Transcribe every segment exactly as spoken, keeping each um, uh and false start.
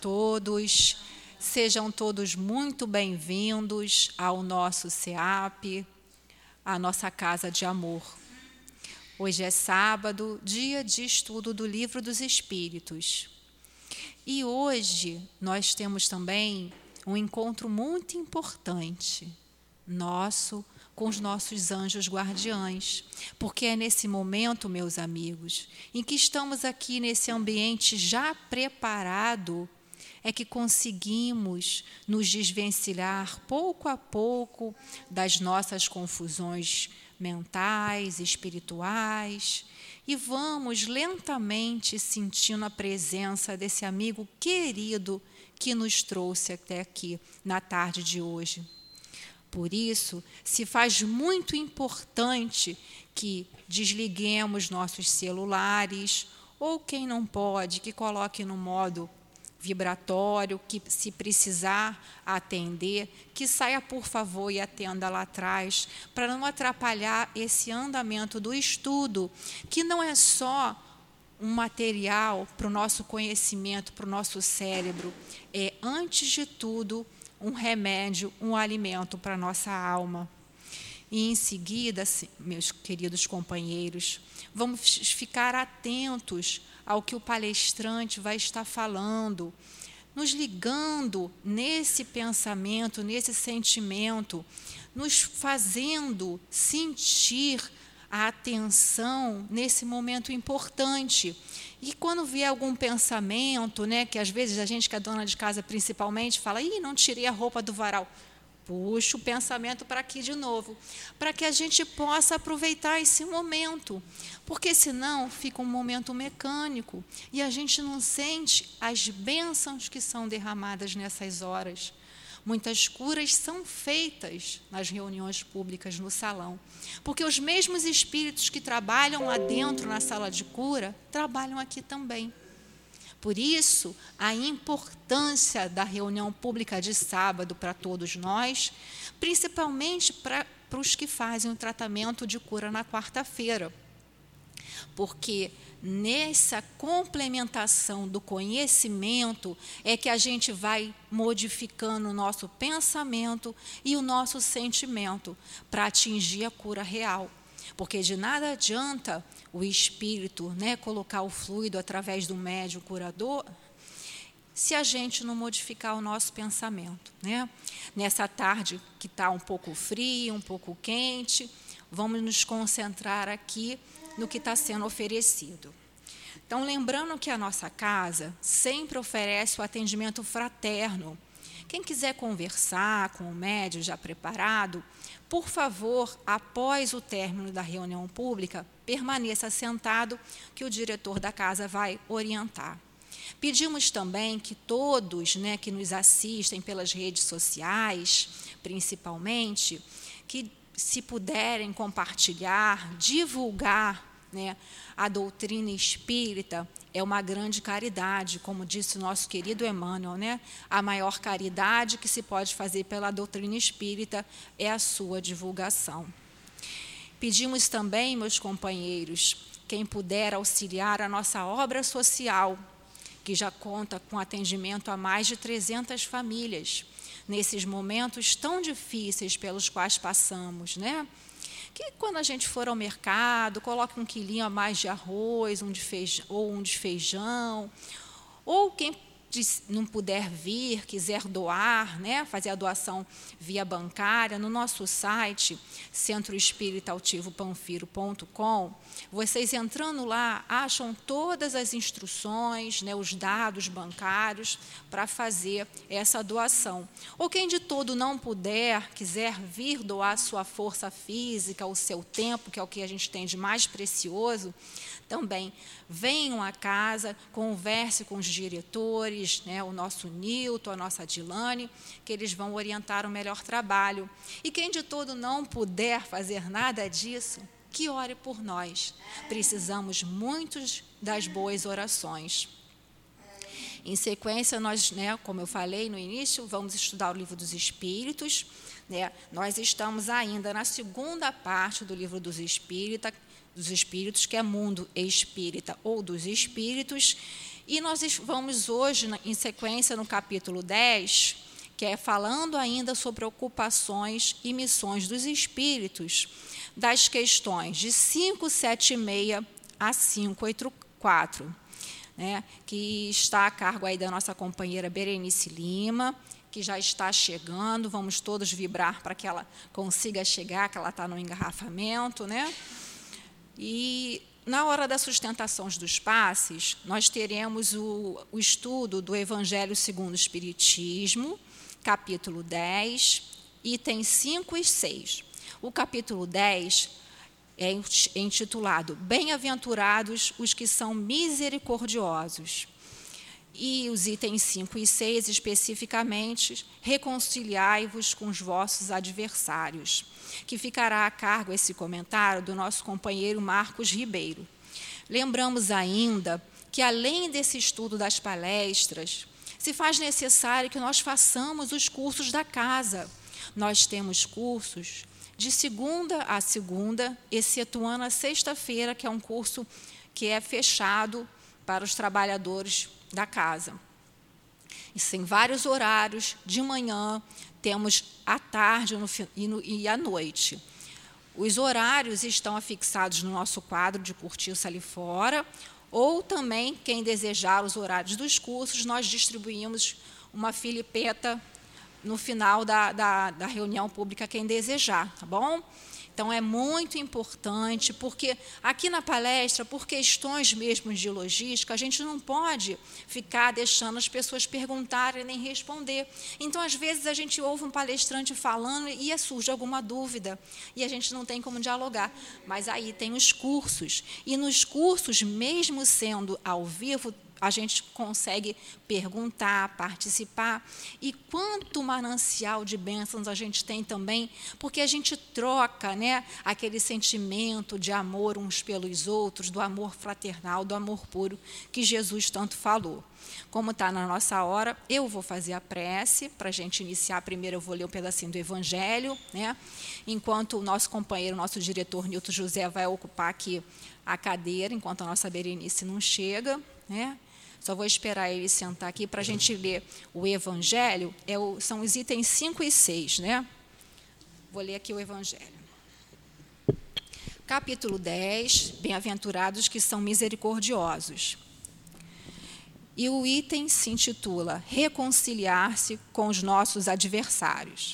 Todos, sejam todos muito bem-vindos ao nosso C E A P, a nossa casa de amor. Hoje é sábado, dia de estudo do Livro dos Espíritos. E hoje nós temos também um encontro muito importante, nosso, com os nossos anjos guardiães, porque é nesse momento, meus amigos, em que estamos aqui nesse ambiente já preparado, é que conseguimos nos desvencilhar pouco a pouco das nossas confusões mentais, espirituais, e vamos lentamente sentindo a presença desse amigo querido que nos trouxe até aqui na tarde de hoje. Por isso, se faz muito importante que desliguemos nossos celulares, ou quem não pode, que coloque no modo vibratório, que se precisar atender, que saia, por favor, e atenda lá atrás, para não atrapalhar esse andamento do estudo, que não é só um material para o nosso conhecimento, para o nosso cérebro, é, antes de tudo, um remédio, um alimento para a nossa alma. E, em seguida, meus queridos companheiros, vamos ficar atentos ao que o palestrante vai estar falando, nos ligando nesse pensamento, nesse sentimento, nos fazendo sentir a atenção nesse momento importante. E quando vier algum pensamento, né, que às vezes a gente que é dona de casa principalmente fala, ih, não tirei a roupa do varal. Puxa o pensamento para aqui de novo, para que a gente possa aproveitar esse momento, porque senão fica um momento mecânico e a gente não sente as bênçãos que são derramadas nessas horas. Muitas curas são feitas nas reuniões públicas no salão, porque os mesmos espíritos que trabalham lá dentro na sala de cura, trabalham aqui também. Por isso, a importância da reunião pública de sábado para todos nós, principalmente para, para os que fazem o tratamento de cura na quarta-feira. Porque nessa complementação do conhecimento é que a gente vai modificando o nosso pensamento e o nosso sentimento para atingir a cura real. Porque de nada adianta o espírito, né, colocar o fluido através do médium curador, se a gente não modificar o nosso pensamento, né? Nessa tarde que está um pouco fria, um pouco quente, vamos nos concentrar aqui no que está sendo oferecido. Então, lembrando que a nossa casa sempre oferece o atendimento fraterno. Quem quiser conversar com o médium já preparado, por favor, após o término da reunião pública, permaneça sentado, que o diretor da casa vai orientar. Pedimos também que todos, né, que nos assistem pelas redes sociais, principalmente, que se puderem compartilhar, divulgar, né, a doutrina espírita, é uma grande caridade, como disse o nosso querido Emmanuel, né? A maior caridade que se pode fazer pela doutrina espírita é a sua divulgação. Pedimos também, meus companheiros, quem puder auxiliar a nossa obra social, que já conta com atendimento a mais de trezentas famílias, nesses momentos tão difíceis pelos quais passamos, né? Que quando a gente for ao mercado, coloque um quilinho a mais de arroz, um de feijão, ou um de feijão, ou quem não puder vir, quiser doar, né, fazer a doação via bancária, no nosso site, centro espírita altivo panfiro ponto com, vocês entrando lá, acham todas as instruções, né, os dados bancários para fazer essa doação. Ou quem de todo não puder, quiser vir doar sua força física, o seu tempo, que é o que a gente tem de mais precioso, também venham à casa, converse com os diretores, né, o nosso Nilton, a nossa Dilane, que eles vão orientar o melhor trabalho. E quem de todo não puder fazer nada disso, que ore por nós. Precisamos muito das boas orações. Em sequência, nós, né, como eu falei no início, vamos estudar o Livro dos Espíritos. Né? Nós estamos ainda na segunda parte do Livro dos Espíritos, dos Espíritos, que é Mundo Espírita ou dos Espíritos, E nós vamos hoje, em sequência, no capítulo dez, que é falando ainda sobre ocupações e missões dos espíritos, das questões de cinco sete seis a cinco oito quatro, né, que está a cargo aí da nossa companheira Berenice Lima, que já está chegando. Vamos todos vibrar para que ela consiga chegar, que ela está no engarrafamento, né? E na hora das sustentações dos passes, nós teremos o, o estudo do Evangelho segundo o Espiritismo, capítulo dez, itens cinco e seis. O capítulo dez é intitulado Bem-aventurados os que são misericordiosos. E os itens cinco e seis, especificamente, reconciliai-vos com os vossos adversários, que ficará a cargo esse comentário do nosso companheiro Marcos Ribeiro. Lembramos ainda que, além desse estudo das palestras, se faz necessário que nós façamos os cursos da casa. Nós temos cursos de segunda a segunda, excetuando a sexta-feira, que é um curso que é fechado para os trabalhadores da casa. Isso em vários horários, de manhã, temos à tarde no, e, no, e à noite. Os horários estão afixados no nosso quadro de cortiça ali fora, ou também, quem desejar os horários dos cursos, nós distribuímos uma filipeta no final da, da, da reunião pública, quem desejar, tá bom? Então, é muito importante, porque aqui na palestra, por questões mesmo de logística, a gente não pode ficar deixando as pessoas perguntarem nem responder. Então, às vezes, a gente ouve um palestrante falando e surge alguma dúvida, e a gente não tem como dialogar. Mas aí tem os cursos, e nos cursos, mesmo sendo ao vivo, a gente consegue perguntar, participar. E quanto manancial de bênçãos a gente tem também, porque a gente troca, né, aquele sentimento de amor uns pelos outros, do amor fraternal, do amor puro, que Jesus tanto falou. Como está na nossa hora, eu vou fazer a prece, para a gente iniciar. Primeiro eu vou ler um pedacinho do Evangelho, né, enquanto o nosso companheiro, nosso diretor, Nilton José, vai ocupar aqui a cadeira, enquanto a nossa Berenice não chega, né. Só vou esperar ele sentar aqui para a gente ler o Evangelho. É o, são os itens cinco e seis, né? Vou ler aqui o Evangelho. Capítulo dez, Bem-aventurados que são misericordiosos. E o item se intitula Reconciliar-se com os nossos adversários.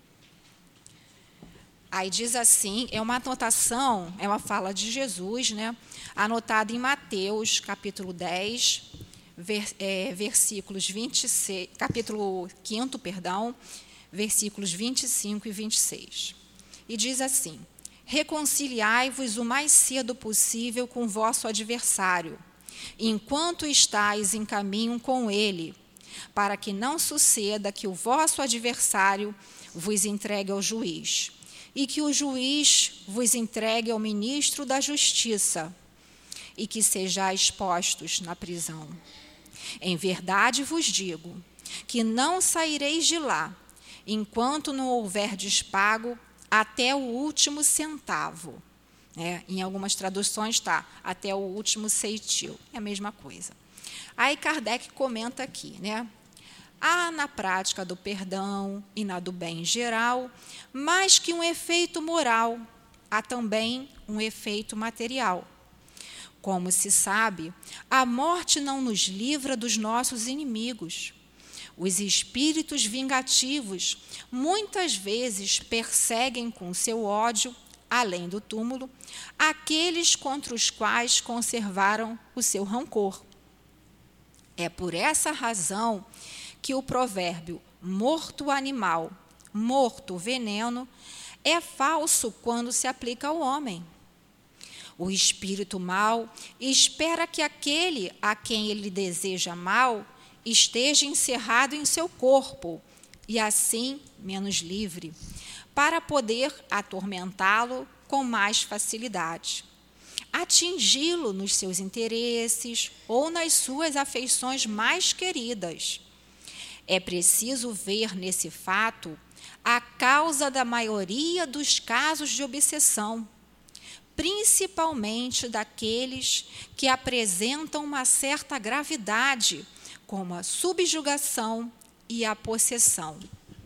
Aí diz assim, é uma anotação, é uma fala de Jesus, né? Anotada em Mateus, capítulo dez, Ver, é, versículos vinte e seis, capítulo quinto, perdão, versículos vinte e cinco e vinte e seis. E diz assim: reconciliai-vos o mais cedo possível com o vosso adversário, enquanto estáis em caminho com ele, para que não suceda que o vosso adversário vos entregue ao juiz, e que o juiz vos entregue ao ministro da Justiça, e que sejais postos na prisão. Em verdade vos digo que não saireis de lá, enquanto não houverdes pago até o último centavo. É, em algumas traduções está até o último ceitil, é a mesma coisa. Aí Kardec comenta aqui, né? Há na prática do perdão e na do bem geral, mais que um efeito moral, há também um efeito material. Como se sabe, a morte não nos livra dos nossos inimigos. Os espíritos vingativos muitas vezes perseguem com seu ódio, além do túmulo, aqueles contra os quais conservaram o seu rancor. É por essa razão que o provérbio morto animal, morto veneno, é falso quando se aplica ao homem. O espírito mau espera que aquele a quem ele deseja mal esteja encerrado em seu corpo, e assim menos livre, para poder atormentá-lo com mais facilidade, atingi-lo nos seus interesses ou nas suas afeições mais queridas. É preciso ver nesse fato a causa da maioria dos casos de obsessão. principalmente daqueles que apresentam uma certa gravidade, como a subjugação e a possessão.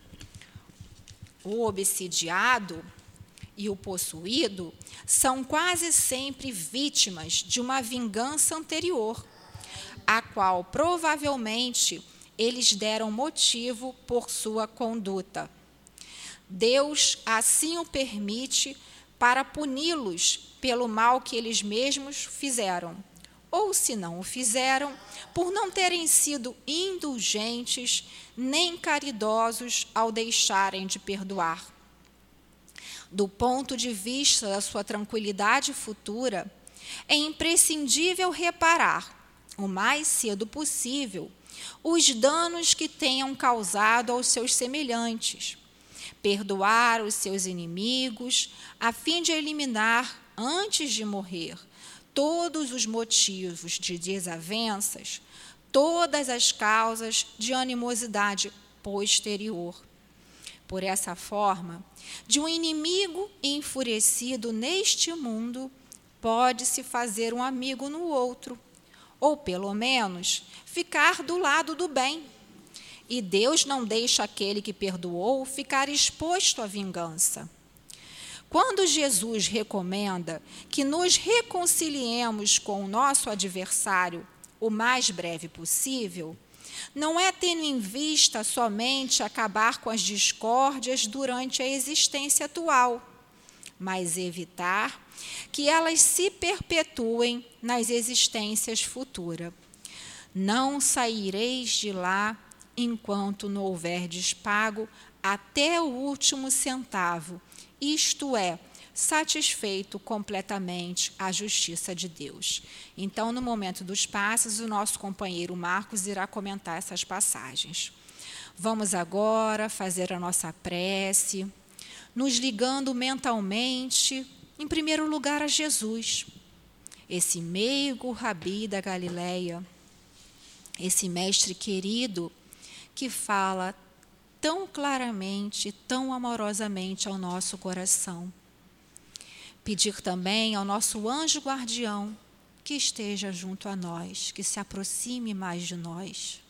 O obsidiado e o possuído são quase sempre vítimas de uma vingança anterior, a qual provavelmente eles deram motivo por sua conduta. Deus assim o permite para puni-los pelo mal que eles mesmos fizeram, ou, se não o fizeram, por não terem sido indulgentes nem caridosos ao deixarem de perdoar. Do ponto de vista da sua tranquilidade futura, é imprescindível reparar, o mais cedo possível, os danos que tenham causado aos seus semelhantes, perdoar os seus inimigos, a fim de eliminar, antes de morrer, todos os motivos de desavenças, todas as causas de animosidade posterior. Por essa forma, de um inimigo enfurecido neste mundo, pode-se fazer um amigo no outro, ou, pelo menos, ficar do lado do bem. E Deus não deixa aquele que perdoou ficar exposto à vingança. Quando Jesus recomenda que nos reconciliemos com o nosso adversário o mais breve possível, não é tendo em vista somente acabar com as discórdias durante a existência atual, mas evitar que elas se perpetuem nas existências futuras. Não saireis de lá enquanto não houverdes pago até o último centavo, isto é, satisfeito completamente a justiça de Deus. Então, no momento dos passos, o nosso companheiro Marcos irá comentar essas passagens. Vamos agora fazer a nossa prece, nos ligando mentalmente, em primeiro lugar, a Jesus, esse meigo rabi da Galileia, esse mestre querido que fala tão claramente, tão amorosamente ao nosso coração. Pedir também ao nosso anjo guardião que esteja junto a nós, que se aproxime mais de nós.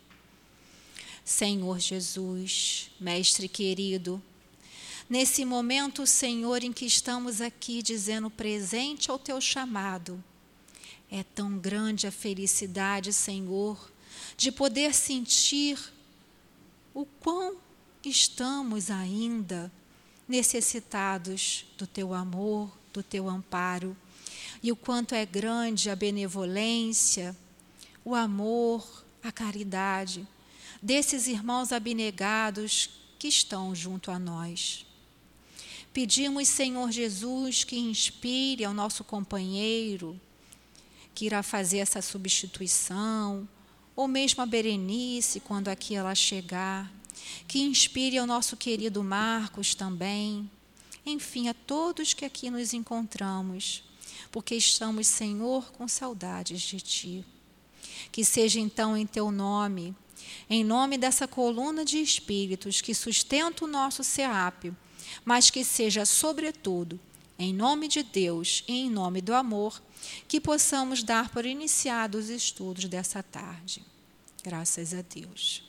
Senhor Jesus, mestre querido, nesse momento, Senhor, em que estamos aqui dizendo presente ao teu chamado, é tão grande a felicidade, Senhor, de poder sentir o quão estamos ainda necessitados do teu amor, do teu amparo, e o quanto é grande a benevolência, o amor, a caridade desses irmãos abnegados que estão junto a nós. Pedimos, Senhor Jesus, que inspire ao nosso companheiro, que irá fazer essa substituição, ou mesmo a Berenice, quando aqui ela chegar, que inspire ao nosso querido Marcos também, enfim, a todos que aqui nos encontramos, porque estamos, Senhor, com saudades de Ti. Que seja então em Teu nome, em nome dessa coluna de espíritos que sustenta o nosso SEAP, mas que seja, sobretudo, em nome de Deus e em nome do amor, que possamos dar por iniciados os estudos dessa tarde. Graças a Deus.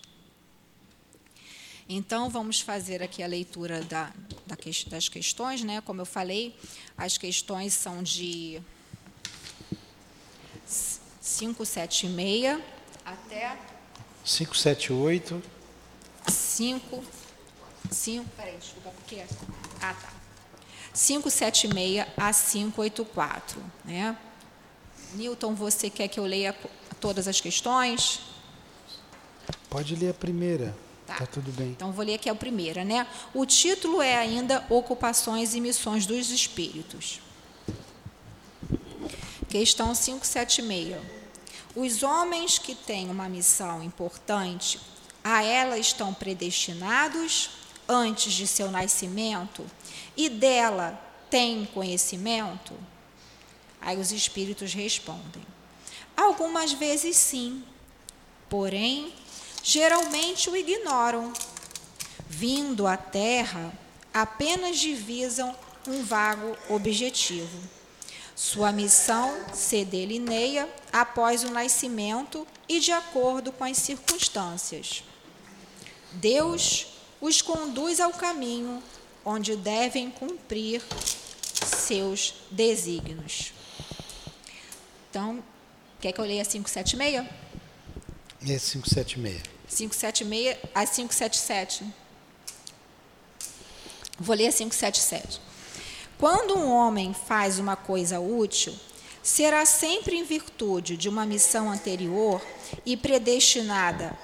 Então, vamos fazer aqui a leitura da, da, das questões, né? Como eu falei, as questões são de cinco, sete e meia até... cinco, sete, oito. cinco, cinco, peraí, desculpa, porque... Ah, tá. cinco, sete e meia a cinco, oito, quatro, né? Newton, você quer que eu leia todas as questões? Pode ler a primeira. Tá. Tá tudo bem. Então, vou ler aqui a primeira, né? O título é ainda Ocupações e Missões dos Espíritos. Questão cinco, sete e meia. Os homens que têm uma missão importante, a ela estão predestinados antes de seu nascimento e dela têm conhecimento? Aí os espíritos respondem. Algumas vezes sim, porém, geralmente o ignoram. Vindo à Terra, apenas divisam um vago objetivo. Sua missão se delineia após o nascimento e de acordo com as circunstâncias. Deus os conduz ao caminho onde devem cumprir seus desígnios. Então, quer que eu leia cinco sete seis? É cinco sete seis. cinco sete seis a cinco sete sete. Vou ler cinco sete sete. Quando um homem faz uma coisa útil, será sempre em virtude de uma missão anterior e predestinada,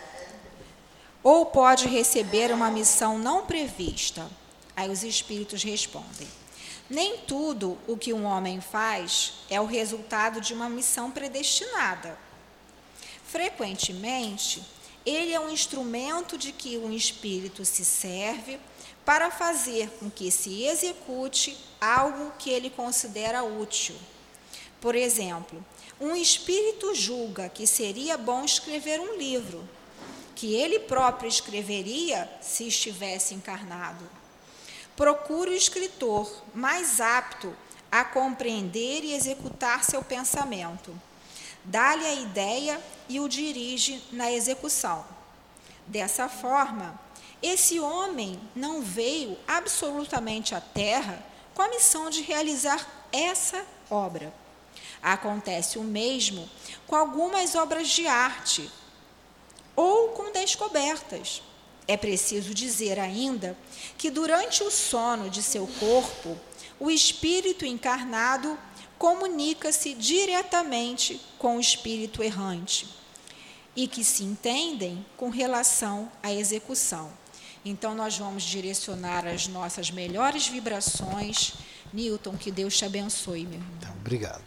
ou pode receber uma missão não prevista? Aí os espíritos respondem: nem tudo o que um homem faz é o resultado de uma missão predestinada. Frequentemente, ele é um instrumento de que um espírito se serve para fazer com que se execute algo que ele considera útil. Por exemplo, um espírito julga que seria bom escrever um livro, que ele próprio escreveria se estivesse encarnado. Procura o escritor mais apto a compreender e executar seu pensamento. Dá-lhe a ideia e o dirige na execução. Dessa forma, esse homem não veio absolutamente à Terra com a missão de realizar essa obra. Acontece o mesmo com algumas obras de arte ou com descobertas. É preciso dizer ainda que durante o sono de seu corpo, o espírito encarnado comunica-se diretamente com o espírito errante e que se entendem com relação à execução. Então, nós vamos direcionar as nossas melhores vibrações. Newton, que Deus te abençoe, meu irmão. Então, obrigado.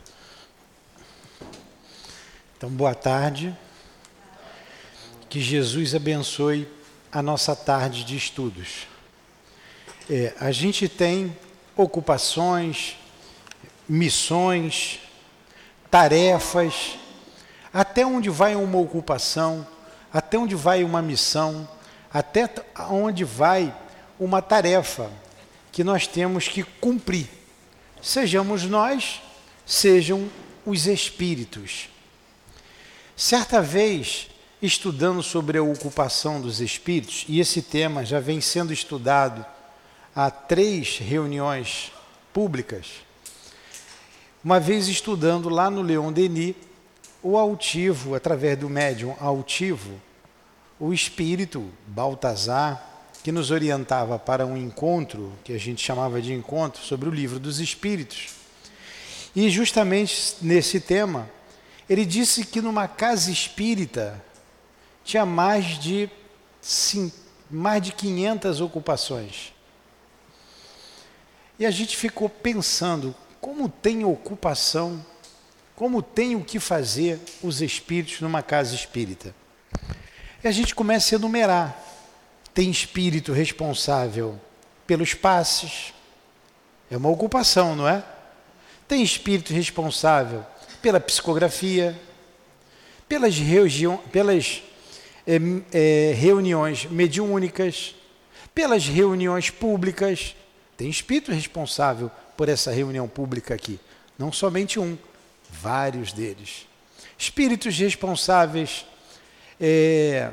Então, boa tarde. Que Jesus abençoe a nossa tarde de estudos. É, a gente tem ocupações, missões, tarefas, até onde vai uma ocupação, até onde vai uma missão, até onde vai uma tarefa que nós temos que cumprir. Sejamos nós, sejam os espíritos. Certa vez, estudando sobre a ocupação dos espíritos, e esse tema já vem sendo estudado há três reuniões públicas, uma vez estudando lá no Leon Denis, o altivo, através do médium altivo, o espírito Baltazar, que nos orientava para um encontro, que a gente chamava de encontro, sobre o livro dos espíritos. E justamente nesse tema, ele disse que numa casa espírita tinha mais de, sim, mais de quinhentas ocupações. E a gente ficou pensando, como tem ocupação, como tem o que fazer os espíritos numa casa espírita. E a gente começa a enumerar. Tem espírito responsável pelos passes, é uma ocupação, não é? Tem espírito responsável pela psicografia, pelas, pelas é, é, reuniões mediúnicas, pelas reuniões públicas. Tem espírito responsável por essa reunião pública aqui, não somente um, vários deles. Espíritos responsáveis é,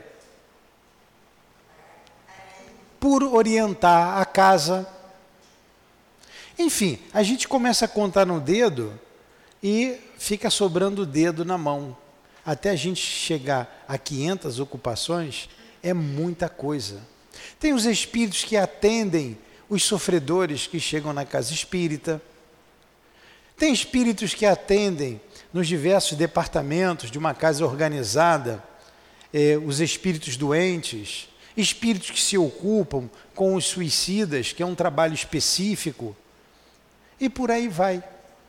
por orientar a casa. Enfim, a gente começa a contar no dedo e fica sobrando o dedo na mão. Até a gente chegar a quinhentas ocupações, é muita coisa. Tem os espíritos que atendem os sofredores que chegam na casa espírita. Tem espíritos que atendem nos diversos departamentos de uma casa organizada, eh, os espíritos doentes, espíritos que se ocupam com os suicidas, que é um trabalho específico, e por aí vai.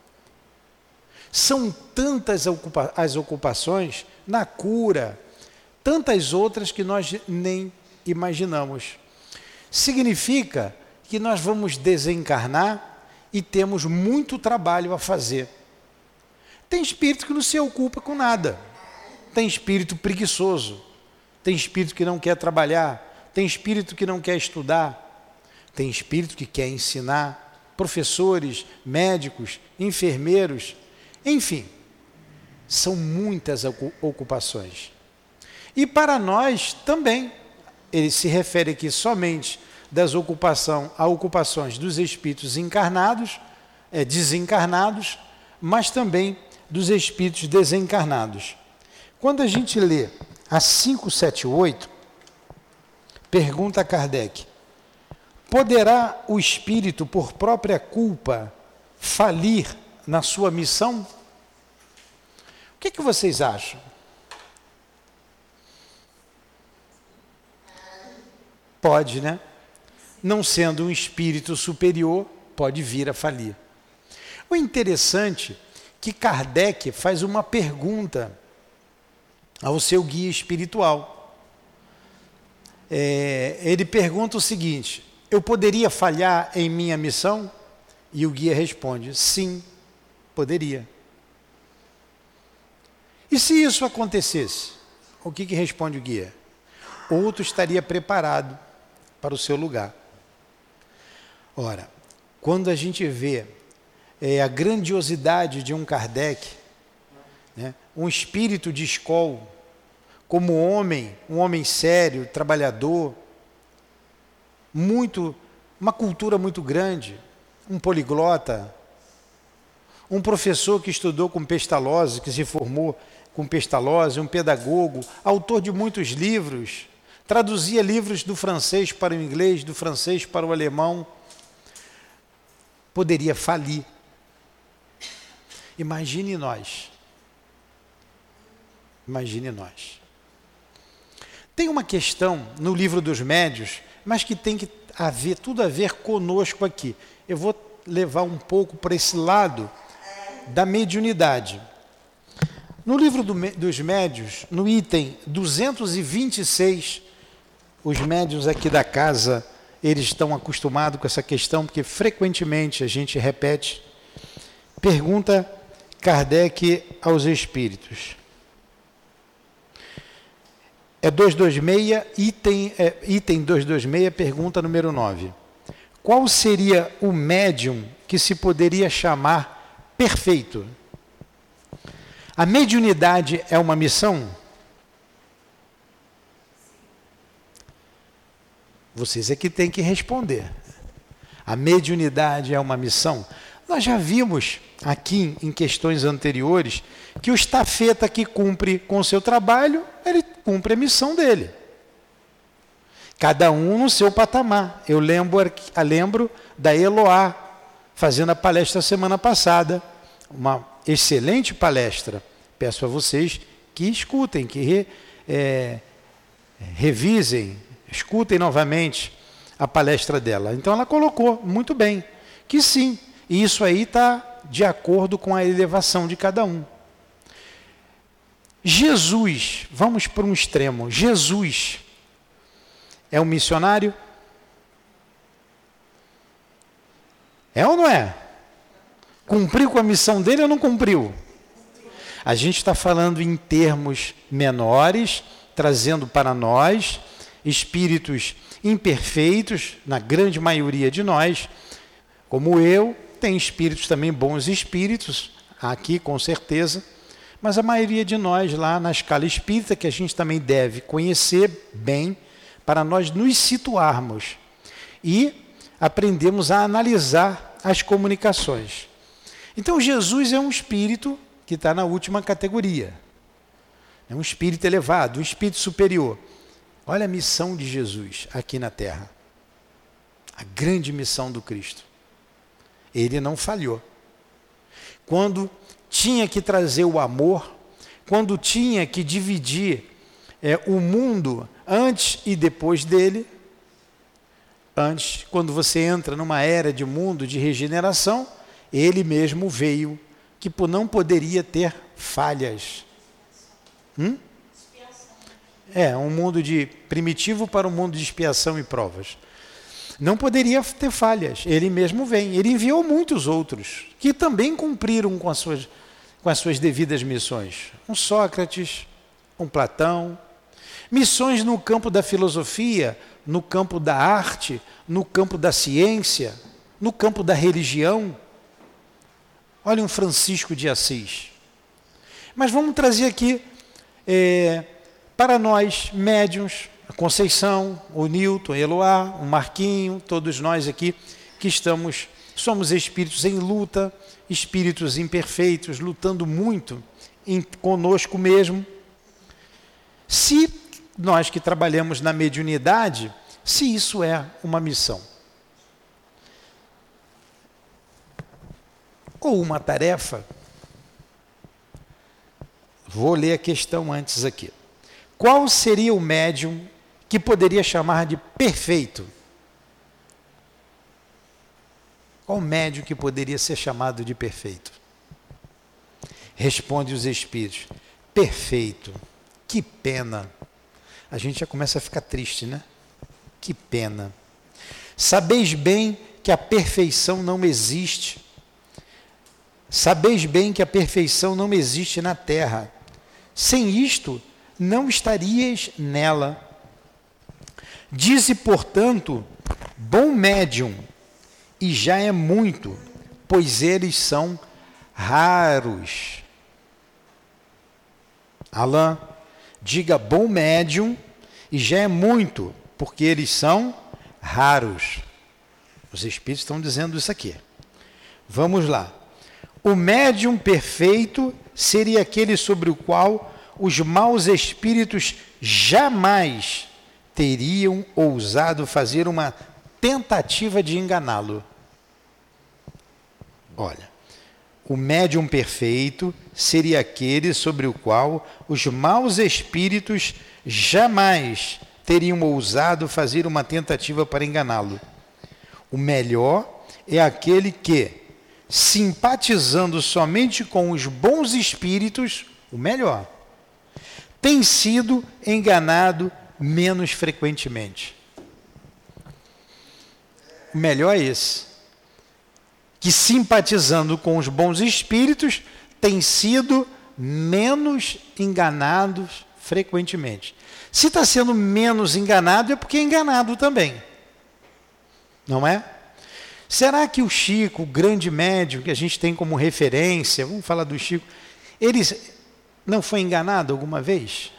São tantas ocupa- as ocupações na cura, tantas outras que nós nem imaginamos. Significa que nós vamos desencarnar e temos muito trabalho a fazer. Tem espírito que não se ocupa com nada. Tem espírito preguiçoso. Tem espírito que não quer trabalhar. Tem espírito que não quer estudar. Tem espírito que quer ensinar. professores, médicos, enfermeiros, enfim, são muitas ocupações. E para nós também, ele se refere aqui somente das ocupação, a ocupações dos espíritos encarnados, é, desencarnados, mas também dos espíritos desencarnados. Quando a gente lê a quinhentos e setenta e oito, pergunta a Kardec: poderá o espírito, por própria culpa, falir na sua missão? O que, que vocês acham? Pode, né? Não sendo um espírito superior, pode vir a falir. O interessante é que Kardec faz uma pergunta ao seu guia espiritual. É, ele pergunta o seguinte: eu poderia falhar em minha missão? E o guia responde: sim, poderia. E se isso acontecesse? O que, que responde o guia? Outro estaria preparado para o seu lugar. Ora, quando a gente vê é, a grandiosidade de um Kardec, né, um espírito de escola, como homem, um homem sério, trabalhador, muito, uma cultura muito grande, um poliglota, um professor que estudou com Pestalozzi, que se formou com Pestalozzi, um pedagogo, autor de muitos livros, traduzia livros do francês para o inglês, do francês para o alemão, poderia falir. Imagine nós. Imagine nós. Tem uma questão no livro dos médiuns, mas que tem que haver, tudo a ver conosco aqui. Eu vou levar um pouco para esse lado da mediunidade. No livro do, dos médiuns, no item duzentos e vinte e seis, os médiuns aqui da casa, eles estão acostumados com essa questão, porque frequentemente a gente repete. Pergunta Kardec aos espíritos. É duzentos e vinte e seis, item, é, item duzentos e vinte e seis, pergunta número nove. Qual seria o médium que se poderia chamar perfeito? A mediunidade é uma missão? Vocês é que têm que responder. A mediunidade é uma missão? Nós já vimos aqui em questões anteriores que o estafeta que cumpre com o seu trabalho, ele cumpre a missão dele. Cada um no seu patamar. Eu lembro, eu lembro da Eloá, fazendo a palestra semana passada. Uma excelente palestra. Peço a vocês que escutem, que re, é, revisem, escutem novamente a palestra dela. Então ela colocou muito bem que sim, e isso aí está de acordo com a elevação de cada um. Jesus, vamos para um extremo, Jesus é um missionário? É ou não é? Cumpriu com a missão dele ou não cumpriu? A gente está falando em termos menores, trazendo para nós espíritos imperfeitos, na grande maioria de nós, como eu, tem espíritos também, bons espíritos, aqui com certeza, mas a maioria de nós lá na escala espírita, que a gente também deve conhecer bem, para nós nos situarmos e aprendemos a analisar as comunicações. Então Jesus é um espírito que está na última categoria, é um espírito elevado, um espírito superior. Olha a missão de Jesus aqui na Terra, a grande missão do Cristo. Ele não falhou. Quando tinha que trazer o amor, quando tinha que dividir é, o mundo antes e depois dele, antes, quando você entra numa era de mundo de regeneração, ele mesmo veio, que não poderia ter falhas. Hum? É, um mundo de primitivo para um mundo de expiação e provas. Não poderia ter falhas, ele mesmo vem. Ele enviou muitos outros, que também cumpriram com as suas, com as suas devidas missões. Um Sócrates, um Platão, missões no campo da filosofia, no campo da arte, no campo da ciência, no campo da religião, olha um Francisco de Assis. Mas vamos trazer aqui, é, para nós, médiuns, a Conceição, o Newton, a Eloá, o Marquinho, todos nós aqui que estamos, somos espíritos em luta, espíritos imperfeitos, lutando muito em, conosco mesmo. Se nós que trabalhamos na mediunidade, se isso é uma missão ou uma tarefa, vou ler a questão antes aqui. Qual seria o médium que poderia chamar de perfeito? Qual médium que poderia ser chamado de perfeito? Responde os espíritos: perfeito. Que pena. A gente já começa a ficar triste, né? Que pena. Sabeis bem que a perfeição não existe. Sabeis bem que a perfeição não existe na terra. Sem isto, não estarias nela. Dize, portanto, bom médium, e já é muito, pois eles são raros. Alain, diga bom médium, e já é muito, porque eles são raros. Os espíritos estão dizendo isso aqui. Vamos lá. O médium perfeito seria aquele sobre o qual os maus espíritos jamais teriam ousado fazer uma tentativa de enganá-lo. Olha, o médium perfeito seria aquele sobre o qual os maus espíritos jamais teriam ousado fazer uma tentativa para enganá-lo. O melhor é aquele que, simpatizando somente com os bons espíritos, o melhor, tem sido enganado menos frequentemente. O melhor é esse, que simpatizando com os bons espíritos, tem sido menos enganados frequentemente. Se está sendo menos enganado, é porque é enganado também. Não é? Será que o Chico, o grande médium que a gente tem como referência, vamos falar do Chico, ele não foi enganado alguma vez?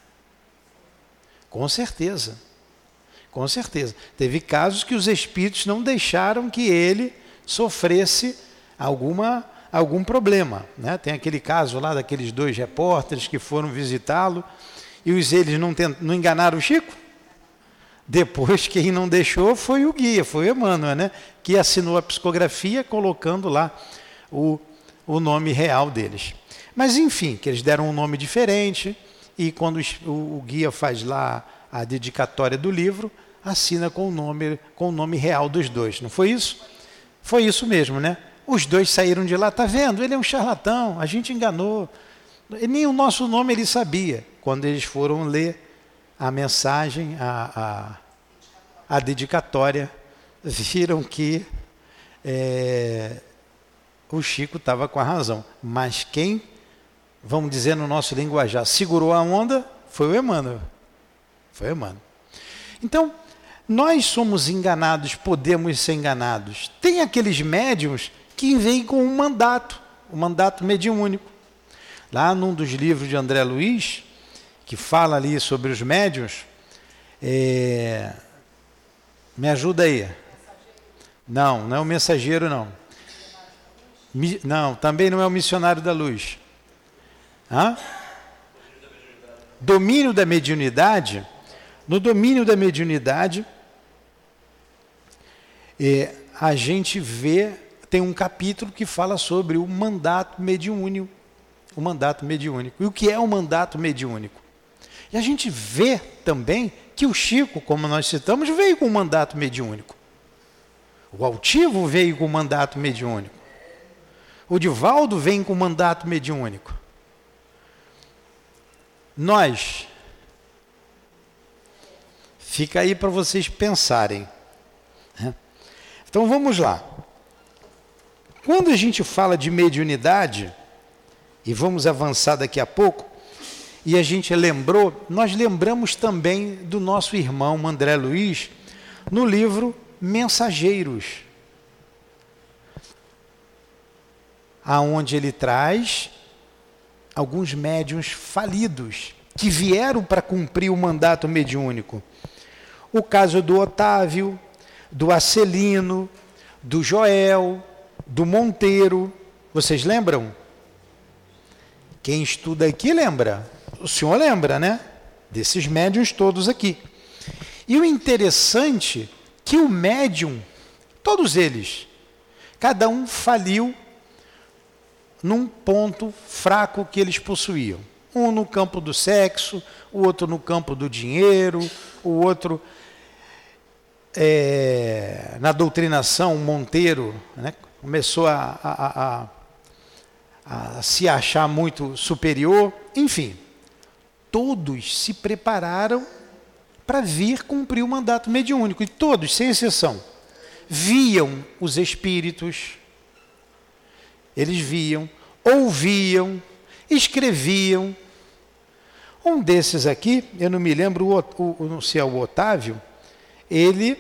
Com certeza. Com certeza. Teve casos que os espíritos não deixaram que ele sofresse alguma, algum problema. Né? Tem aquele caso lá daqueles dois repórteres que foram visitá-lo e os, eles não, tent, não enganaram o Chico? Depois, quem não deixou foi o guia, foi o Emmanuel, né? Que assinou a psicografia colocando lá o, o nome real deles. Mas, enfim, que eles deram um nome diferente e quando o, o guia faz lá a dedicatória do livro, assina com o, nome, com o nome real dos dois. Não foi isso? Foi isso mesmo, né? Os dois saíram de lá, tá vendo? Ele é um charlatão, a gente enganou. E nem o nosso nome ele sabia. Quando eles foram ler a mensagem, a, a, a dedicatória, viram que é, o Chico estava com a razão. Mas quem, vamos dizer no nosso linguajar, segurou a onda foi o Emmanuel. Foi o Emmanuel. Então, nós somos enganados, podemos ser enganados. Tem aqueles médiuns que vêm com um mandato, o um mandato mediúnico. Lá num dos livros de André Luiz, que fala ali sobre os médiuns, é... me ajuda aí. Não, não é o mensageiro, não. Mi... Não, também não é o missionário da luz. Hã? Domínio da mediunidade. No domínio da mediunidade, é, a gente vê, tem um capítulo que fala sobre o mandato mediúnico. O mandato mediúnico. E o que é o mandato mediúnico? E a gente vê também que o Chico, como nós citamos, veio com o mandato mediúnico. O Altivo veio com o mandato mediúnico. O Divaldo vem com o mandato mediúnico. Nós, fica aí para vocês pensarem. Então vamos lá. Quando a gente fala de mediunidade, e vamos avançar daqui a pouco, e a gente lembrou, nós lembramos também do nosso irmão André Luiz, no livro Mensageiros. aonde ele traz alguns médiuns falidos que vieram para cumprir o mandato mediúnico. O caso do Otávio, do Acelino, do Joel, do Monteiro. Vocês lembram? Quem estuda aqui lembra. O senhor lembra, né? Desses médiuns todos aqui. E o interessante é que o médium, todos eles, cada um faliu num ponto fraco que eles possuíam. Um no campo do sexo, o outro no campo do dinheiro, o outro é, na doutrinação. Monteiro, né, começou a, a, a, a se achar muito superior. Enfim, todos se prepararam para vir cumprir o mandato mediúnico. E todos, sem exceção, viam os espíritos, eles viam, ouviam, escreviam. Um desses aqui, eu não me lembro, o, o, não sei, o Otávio, ele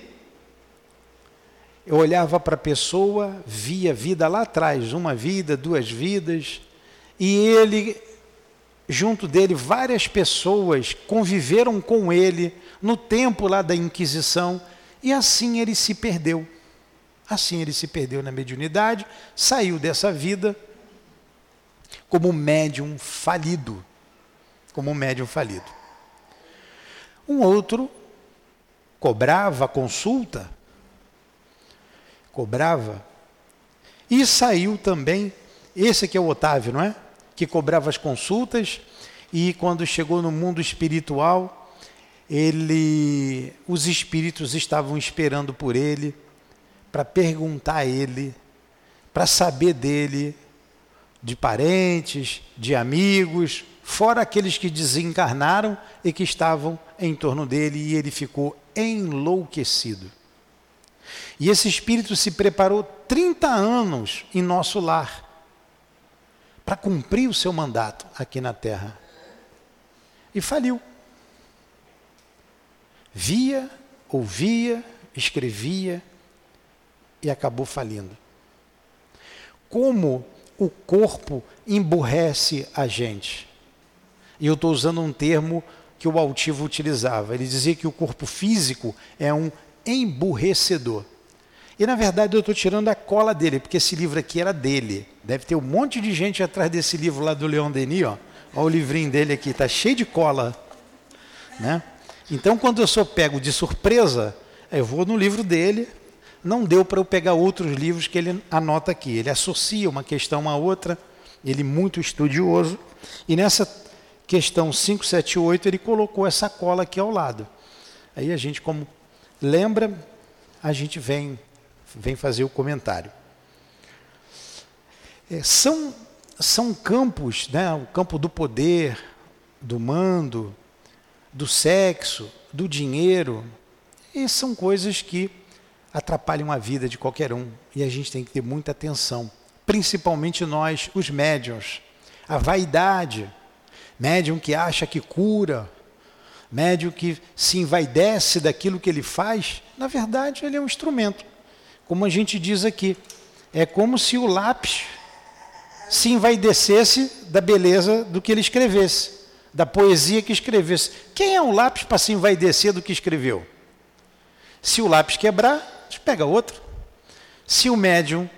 olhava para a pessoa, via vida lá atrás, uma vida, duas vidas, e ele, junto dele, várias pessoas conviveram com ele no tempo lá da Inquisição, e assim ele se perdeu. Assim ele se perdeu na mediunidade, saiu dessa vida como médium falido. Como um médium falido. Um outro cobrava consulta, cobrava, e saiu também, esse aqui é o Otávio, não é? Que cobrava as consultas, e quando chegou no mundo espiritual, ele, os espíritos estavam esperando por ele, para perguntar a ele, para saber dele, de parentes, de amigos, fora aqueles que desencarnaram e que estavam em torno dele, e ele ficou enlouquecido. E esse espírito se preparou trinta anos em nosso lar para cumprir o seu mandato aqui na Terra. E faliu. Via, ouvia, escrevia e acabou falindo. Como o corpo emburrece a gente. E eu estou usando um termo que o Altivo utilizava. Ele dizia que o corpo físico é um emburrecedor. E, na verdade, eu estou tirando a cola dele, porque esse livro aqui era dele. Deve ter um monte de gente atrás desse livro lá do Leon Denis, ó. Olha o livrinho dele aqui, está cheio de cola. Né? Então, quando eu sou pego de surpresa, eu vou no livro dele. Não deu para eu pegar outros livros que ele anota aqui. Ele associa uma questão a outra, ele muito estudioso. E nessa questão cinco sete oito, ele colocou essa cola aqui ao lado. Aí a gente, como lembra, a gente vem, vem fazer o comentário. É, são, são campos, né, o campo do poder, do mando, do sexo, do dinheiro, e são coisas que atrapalham a vida de qualquer um, e a gente tem que ter muita atenção, principalmente nós, os médiuns. A vaidade, médium que acha que cura, médium que se envaidece daquilo que ele faz, na verdade ele é um instrumento. Como a gente diz aqui, é como se o lápis se envaidecesse da beleza do que ele escrevesse, da poesia que escrevesse. Quem é um lápis para se envaidecer do que escreveu? Se o lápis quebrar, a gente pega outro. Se o médium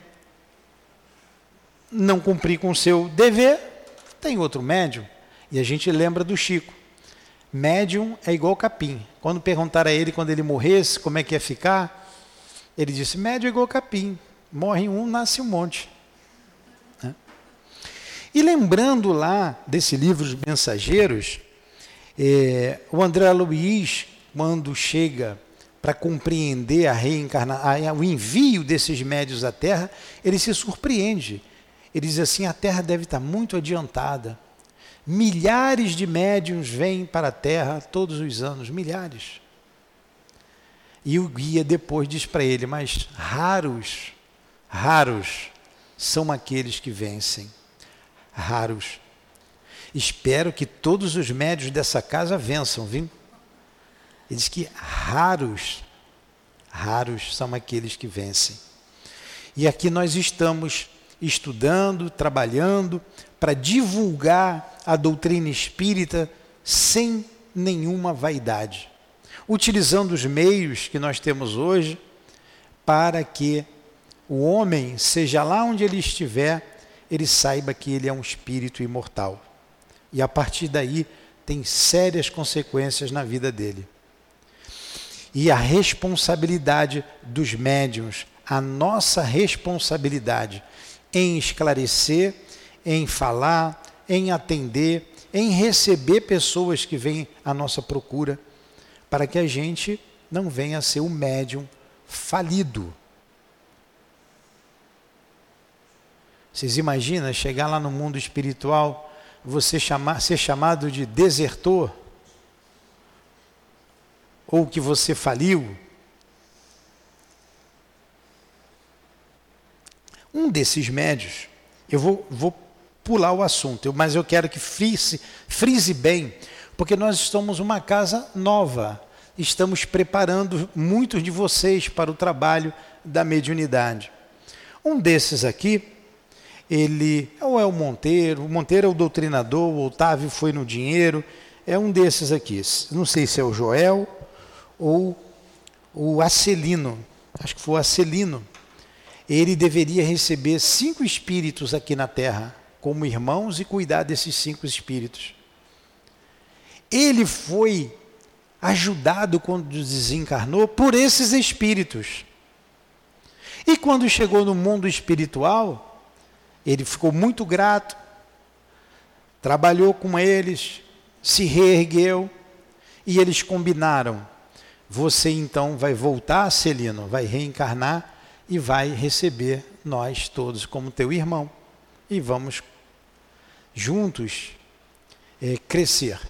não cumprir com o seu dever, tem outro médium. E a gente lembra do Chico. Médium é igual capim. Quando perguntaram a ele, quando ele morresse, como é que ia ficar, ele disse, médium é igual capim. Morre um, nasce um monte. Né? E lembrando lá desse livro Os Mensageiros, é, o André Luiz, quando chega para compreender a reencarnação, o envio desses médiuns à Terra, ele se surpreende. Ele diz assim, a Terra deve estar muito adiantada. Milhares de médiuns vêm para a Terra todos os anos, milhares. E o guia depois diz para ele, mas raros, raros são aqueles que vencem. Raros. Espero que todos os médiuns dessa casa vençam, viu? Ele diz que raros, raros são aqueles que vencem. E aqui nós estamos estudando, trabalhando, para divulgar a doutrina espírita sem nenhuma vaidade, utilizando os meios que nós temos hoje para que o homem, seja lá onde ele estiver, ele saiba que ele é um espírito imortal. E a partir daí tem sérias consequências na vida dele. E a responsabilidade dos médiuns, a nossa responsabilidade em esclarecer, em falar, em atender, em receber pessoas que vêm à nossa procura, para que a gente não venha a ser um médium falido. Vocês imaginam chegar lá no mundo espiritual, você chamar, ser chamado de desertor? Ou que você faliu? Um desses médios, eu vou, vou pular o assunto, mas eu quero que frise, frise bem, porque nós estamos uma casa nova, estamos preparando muitos de vocês para o trabalho da mediunidade. Um desses aqui, ele ou é o Monteiro, o Monteiro é o doutrinador, o Otávio foi no dinheiro, é um desses aqui, não sei se é o Joel ou o Acelino, acho que foi o Acelino. Ele deveria receber cinco espíritos aqui na Terra, como irmãos, e cuidar desses cinco espíritos. Ele foi ajudado quando desencarnou por esses espíritos. E quando chegou no mundo espiritual, ele ficou muito grato, trabalhou com eles, se reergueu, e eles combinaram: você então vai voltar, Celino, vai reencarnar e vai receber nós todos como teu irmão. E vamos juntos é, crescer.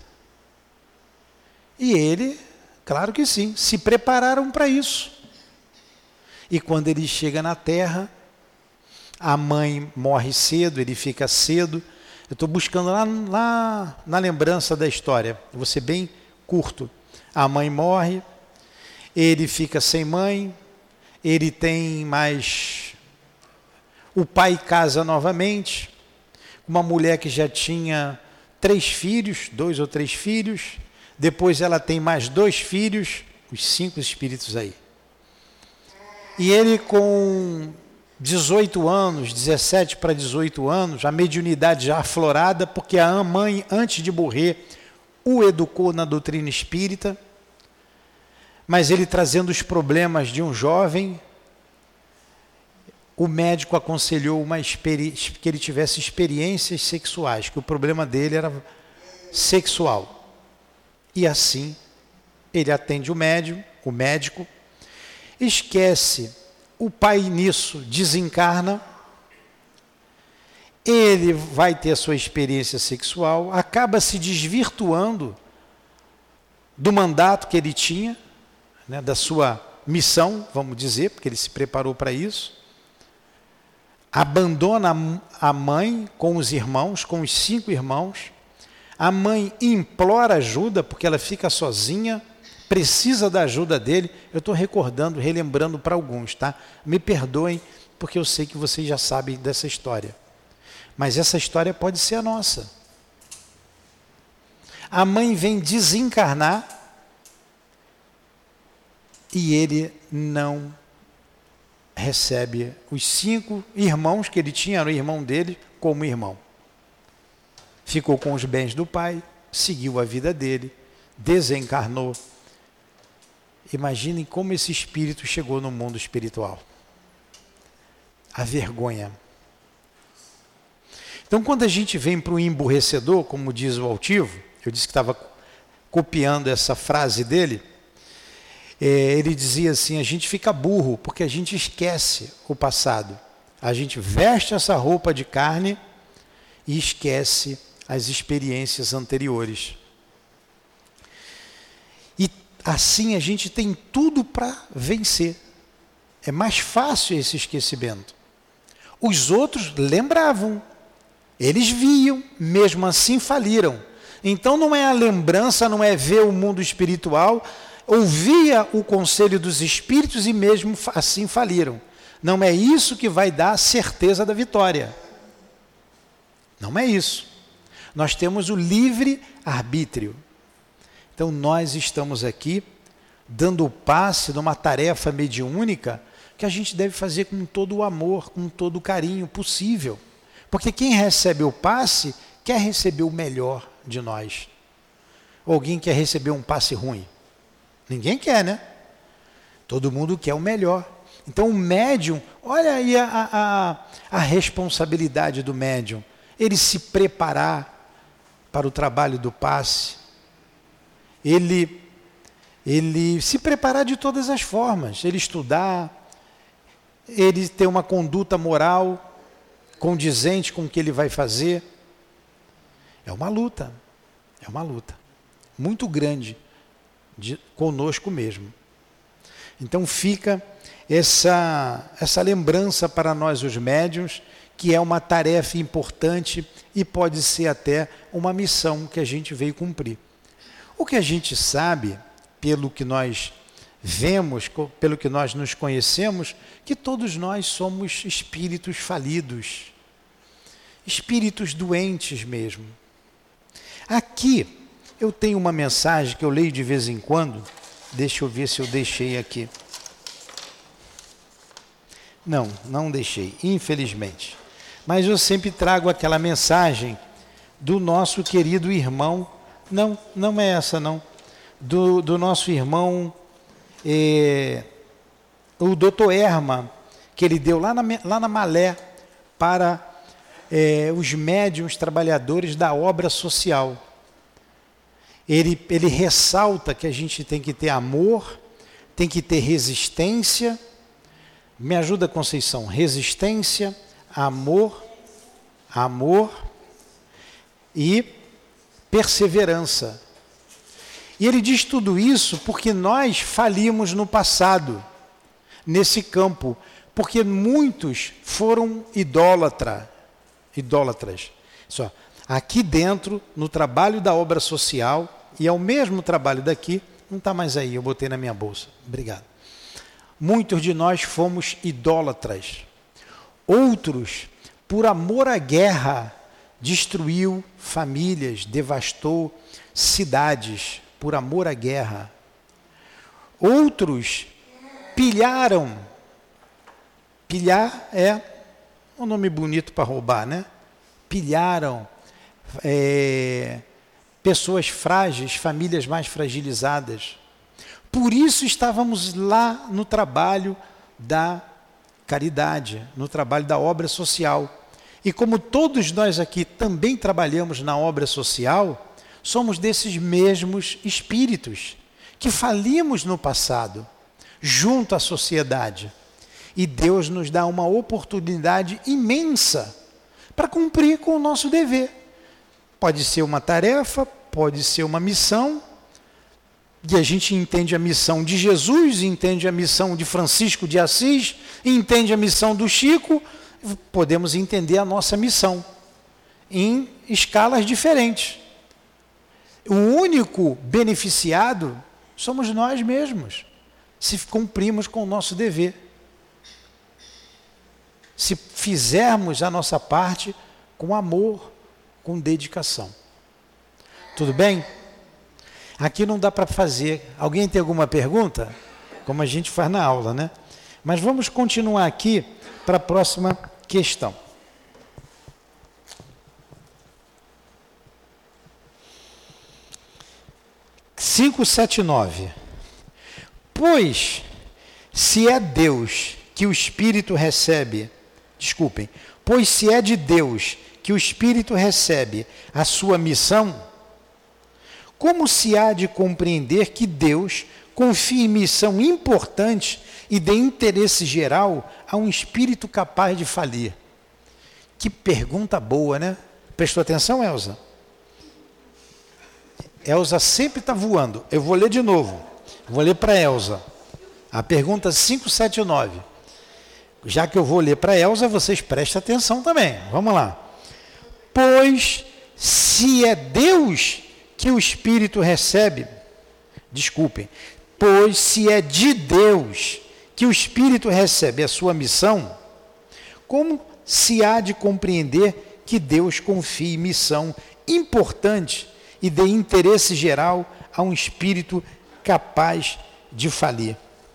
E ele, claro que sim, se prepararam para isso. E quando ele chega na Terra, a mãe morre cedo, ele fica cedo. Eu estou buscando lá, lá na lembrança da história, vou ser bem curto. A mãe morre, ele fica sem mãe, ele tem mais... O pai casa novamente, uma mulher que já tinha três filhos, dois ou três filhos, depois ela tem mais dois filhos, os cinco espíritos aí. E ele com dezoito anos, dezessete para dezoito anos, a mediunidade já aflorada, porque a mãe, antes de morrer, o educou na doutrina espírita, mas ele trazendo os problemas de um jovem, o médico aconselhou uma experi- que ele tivesse experiências sexuais, que o problema dele era sexual. E assim, ele atende o médium, o médico, esquece, o pai nisso desencarna, ele vai ter a sua experiência sexual, acaba se desvirtuando do mandato que ele tinha, né, da sua missão, vamos dizer, porque ele se preparou para isso, abandona a mãe com os irmãos, com os cinco irmãos, a mãe implora ajuda, porque ela fica sozinha, precisa da ajuda dele. Eu estou recordando, relembrando para alguns, tá? Me perdoem, porque eu sei que vocês já sabem dessa história. Mas essa história pode ser a nossa. A mãe vem desencarnar e ele não recebe os cinco irmãos que ele tinha, era o irmão dele, como irmão. Ficou com os bens do pai, seguiu a vida dele, desencarnou. Imaginem como esse espírito chegou no mundo espiritual. A vergonha. Então, quando a gente vem para o emburrecedor, como diz o altivo, eu disse que estava copiando essa frase dele, é, ele dizia assim: a gente fica burro porque a gente esquece o passado. A gente veste essa roupa de carne e esquece as experiências anteriores. E assim a gente tem tudo para vencer. É mais fácil esse esquecimento. Os outros lembravam, eles viam, mesmo assim faliram. Então não é a lembrança, não é ver o mundo espiritual, ouvia o conselho dos espíritos e mesmo assim faliram. Não é isso que vai dar a certeza da vitória. Não é isso. Nós temos o livre arbítrio. Então nós estamos aqui dando o passe numa tarefa mediúnica que a gente deve fazer com todo o amor, com todo o carinho possível. Porque quem recebe o passe quer receber o melhor de nós. Ou alguém quer receber um passe ruim? Ninguém quer, né? Todo mundo quer o melhor. Então o médium, olha aí a, a, a responsabilidade do médium. Ele se preparar para o trabalho do passe. Ele, ele se preparar de todas as formas. Ele estudar, ele ter uma conduta moral condizente com o que ele vai fazer. É uma luta. É uma luta muito grande de, conosco mesmo. Então fica essa, essa lembrança para nós os médiuns, que é uma tarefa importante e pode ser até uma missão que a gente veio cumprir. O que a gente sabe, pelo que nós vemos, pelo que nós nos conhecemos, que todos nós somos espíritos falidos, espíritos doentes mesmo. Aqui eu tenho uma mensagem que eu leio de vez em quando, deixa eu ver se eu deixei aqui. Não, não deixei, infelizmente. Mas eu sempre trago aquela mensagem do nosso querido irmão, não, não é essa não, do, do nosso irmão, é, o doutor Erma, que ele deu lá na, lá na Malé para é, os médiuns trabalhadores da obra social. Ele, ele ressalta que a gente tem que ter amor, tem que ter resistência. Me ajuda, Conceição. Resistência, amor, amor e perseverança. E ele diz tudo isso porque nós falimos no passado, nesse campo, porque muitos foram idólatra, idólatras. Só, aqui dentro, no trabalho da obra social, e é o mesmo trabalho daqui, não está mais aí, eu botei na minha bolsa. Obrigado. Muitos de nós fomos idólatras. Outros, por amor à guerra, destruiu famílias, devastou cidades, por amor à guerra. Outros pilharam. Pilhar é um nome bonito para roubar, né? Pilharam é, pessoas frágeis, famílias mais fragilizadas. Por isso estávamos lá no trabalho da caridade, no trabalho da obra social. E como todos nós aqui também trabalhamos na obra social, somos desses mesmos espíritos que falimos no passado, junto à sociedade. E Deus nos dá uma oportunidade imensa para cumprir com o nosso dever. Pode ser uma tarefa, pode ser uma missão, e a gente entende a missão de Jesus, entende a missão de Francisco de Assis, entende a missão do Chico, podemos entender a nossa missão em escalas diferentes. O único beneficiado somos nós mesmos, se cumprimos com o nosso dever. Se fizermos a nossa parte com amor, com dedicação. Tudo bem? Aqui não dá para fazer. Alguém tem alguma pergunta? Como a gente faz na aula, né? Mas vamos continuar aqui para a próxima questão. quinhentos e setenta e nove. Pois, se é Deus que o Espírito recebe, desculpem, pois se é de Deus que o Espírito recebe a sua missão, como se há de compreender que Deus confie missão importante e de interesse geral a um espírito capaz de falir? Que pergunta boa, né? Prestou atenção, Elza? Elza sempre está voando. Eu vou ler de novo. Vou ler para Elza. A pergunta quinhentos e setenta e nove. Já que eu vou ler para Elza, vocês prestem atenção também. Vamos lá. Pois se é Deus que o Espírito recebe, desculpem, pois se é de Deus que o espírito recebe a sua missão, como se há de compreender que Deus confie missão importante e de interesse geral a um espírito capaz de falir?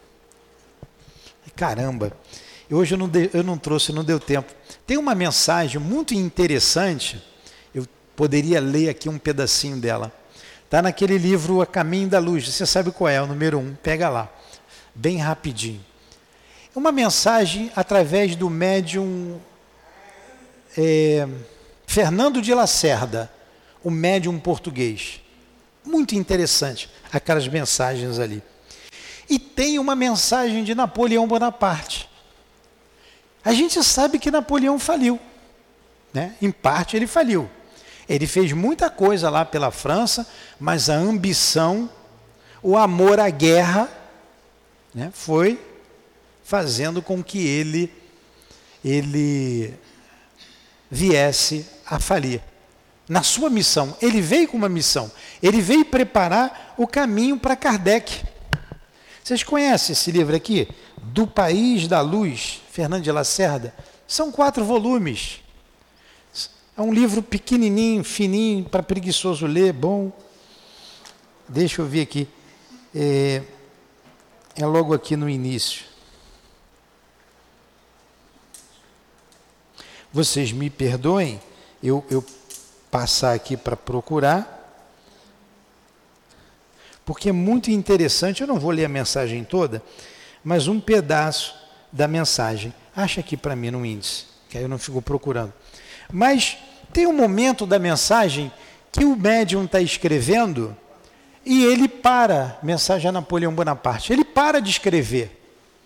Caramba, hoje eu não, de, eu não trouxe, não deu tempo. Tem uma mensagem muito interessante, eu poderia ler aqui um pedacinho dela. Está naquele livro A Caminho da Luz, você sabe qual é, o número um, pega lá, bem rapidinho. É uma mensagem através do médium é, Fernando de Lacerda, o médium português. Muito interessante, aquelas mensagens ali. E tem uma mensagem de Napoleão Bonaparte. A gente sabe que Napoleão faliu, né? Em parte ele faliu. Ele fez muita coisa lá pela França, mas a ambição, o amor à guerra, né, foi fazendo com que ele, ele viesse a falir. Na sua missão, ele veio com uma missão. Ele veio preparar o caminho para Kardec. Vocês conhecem esse livro aqui? Do País da Luz, Fernando de Lacerda? São quatro volumes. É um livro pequenininho, fininho, para preguiçoso ler, bom. Deixa eu ver aqui. É, é logo aqui no início. Vocês me perdoem, eu, eu passar aqui para procurar. Porque é muito interessante, eu não vou ler a mensagem toda, mas um pedaço da mensagem. Acha aqui para mim no índice, que aí eu não fico procurando. Mas tem um momento da mensagem que o médium está escrevendo e ele para, mensagem a Napoleão Bonaparte, ele para de escrever.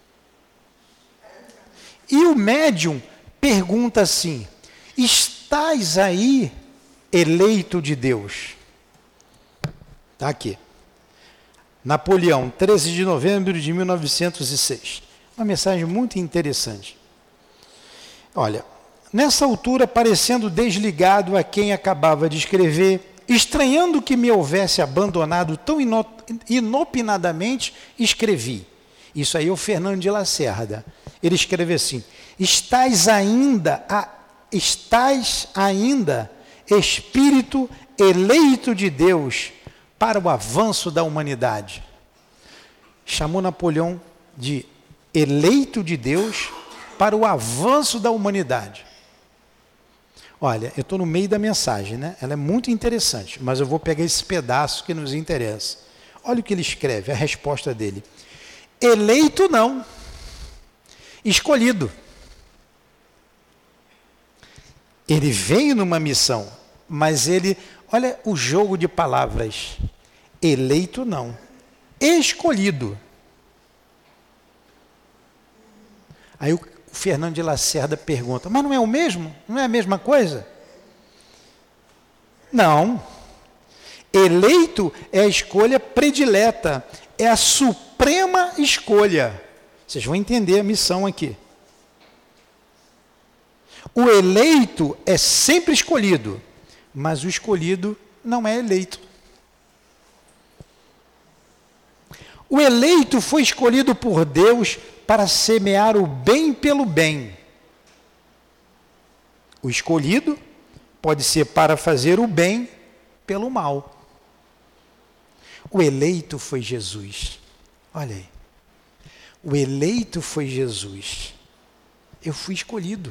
E o médium pergunta assim: estás aí, eleito de Deus? Está aqui. Napoleão, treze de novembro de mil novecentos e seis. Uma mensagem muito interessante. Olha, nessa altura, parecendo desligado a quem acabava de escrever, estranhando que me houvesse abandonado tão inopinadamente, escrevi. Isso aí é o Fernando de Lacerda. Ele escreve assim: estás ainda, a, estás ainda, espírito eleito de Deus, para o avanço da humanidade. Chamou Napoleão de eleito de Deus para o avanço da humanidade. Olha, eu estou no meio da mensagem, né? Ela é muito interessante, mas eu vou pegar esse pedaço que nos interessa. Olha o que ele escreve, a resposta dele. Eleito não, escolhido. Ele veio numa missão, mas ele... Olha o jogo de palavras. Eleito não. Escolhido. Aí o Fernando de Lacerda pergunta: mas não é o mesmo? Não é a mesma coisa? Não. Eleito é a escolha predileta. É a suprema escolha. Vocês vão entender a missão aqui. O eleito é sempre escolhido, mas o escolhido não é eleito. O eleito foi escolhido por Deus para semear o bem pelo bem. O escolhido pode ser para fazer o bem pelo mal. O eleito foi Jesus. Olha aí. O eleito foi Jesus. Eu fui escolhido.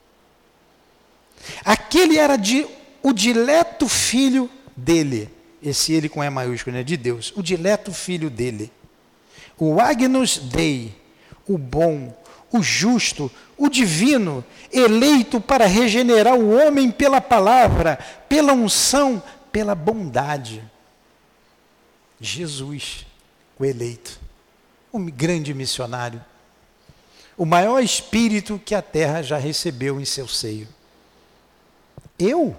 Aquele era de o dileto filho dele, esse ele com E maiúsculo, né, de Deus, o dileto filho dele, o Agnus Dei, o bom, o justo, o divino, eleito para regenerar o homem pela palavra, pela unção, pela bondade. Jesus, o eleito, o grande missionário, o maior espírito que a terra já recebeu em seu seio. Eu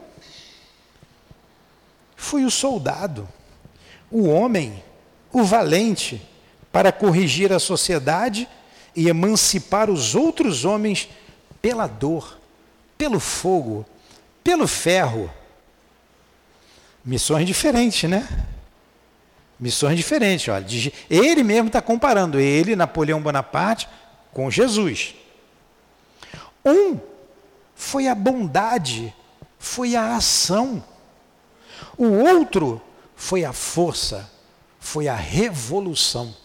fui o soldado, o homem, o valente, para corrigir a sociedade e emancipar os outros homens pela dor, pelo fogo, pelo ferro. Missões diferentes, né? Missões diferentes. Olha, ele mesmo está comparando ele, Napoleão Bonaparte, com Jesus. Um foi a bondade, foi a ação. O outro foi a força, foi a revolução.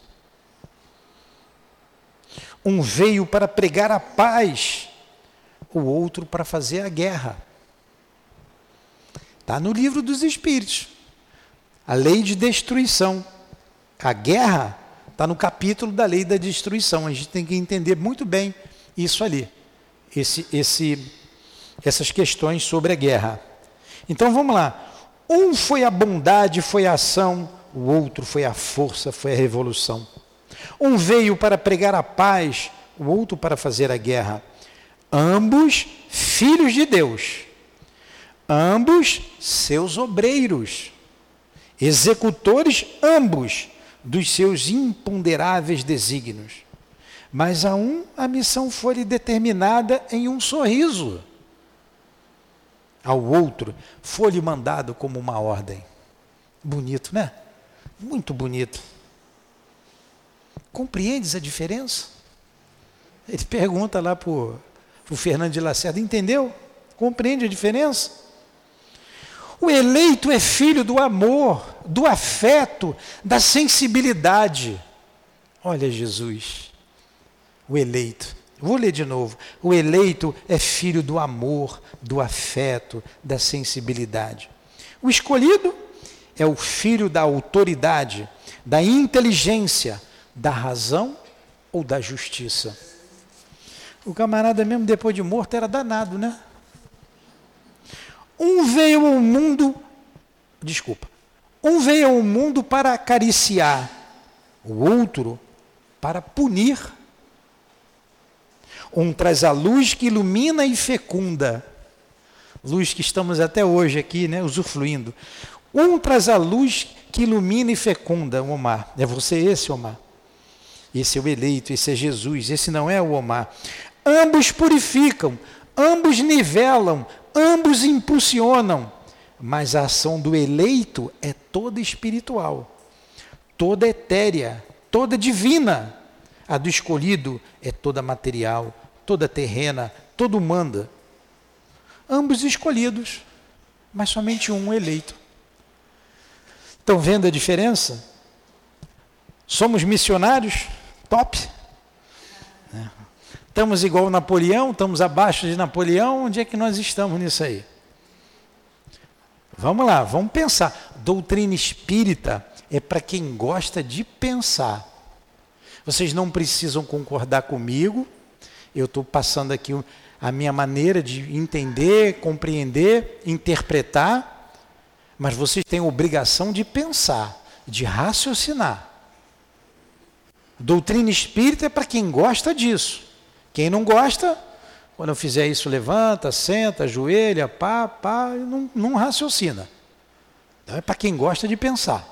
Um veio para pregar a paz, o outro para fazer a guerra. Está no livro dos Espíritos. A lei de destruição. A guerra está no capítulo da lei da destruição. A gente tem que entender muito bem isso ali. Esse, esse, essas questões sobre a guerra. Então vamos lá. Um foi a bondade, foi a ação. O outro foi a força, foi a revolução. Um veio para pregar a paz, o outro para fazer a guerra. Ambos filhos de Deus. Ambos seus obreiros. Executores ambos dos seus imponderáveis desígnios. Mas a um a missão foi determinada em um sorriso. Ao outro foi-lhe mandado como uma ordem. Bonito, né? Muito bonito. Compreendes a diferença? Ele pergunta lá para o Fernando de Lacerda, entendeu? Compreende a diferença? O eleito é filho do amor, do afeto, da sensibilidade. Olha Jesus, o eleito. Vou ler de novo. O eleito é filho do amor, do afeto, da sensibilidade. O escolhido é o filho da autoridade, da inteligência, da razão ou da justiça. O camarada mesmo depois de morto era danado, né? Um veio ao mundo, desculpa, um veio ao mundo para acariciar, o outro para punir. Um traz a luz que ilumina e fecunda, luz que estamos até hoje aqui, né, usufruindo. Um traz a luz que ilumina e fecunda, o Omar. É você esse, Omar? Esse é o eleito, esse é Jesus, esse não é o Omar. Ambos purificam, ambos nivelam, ambos impulsionam, mas a ação do eleito é toda espiritual, toda etérea, toda divina. A do escolhido é toda material, toda terrena, toda humana. Ambos escolhidos, mas somente um eleito. Estão vendo a diferença? Somos missionários? Top! Estamos igual Napoleão, estamos abaixo de Napoleão, onde é que nós estamos nisso aí? Vamos lá, vamos pensar. Doutrina espírita é para quem gosta de pensar. Vocês não precisam concordar comigo, eu estou passando aqui a minha maneira de entender, compreender, interpretar, mas vocês têm a obrigação de pensar, de raciocinar. Doutrina espírita é para quem gosta disso. Quem não gosta, quando eu fizer isso, levanta, senta, ajoelha, pá, pá, não, não raciocina. Então é para quem gosta de pensar.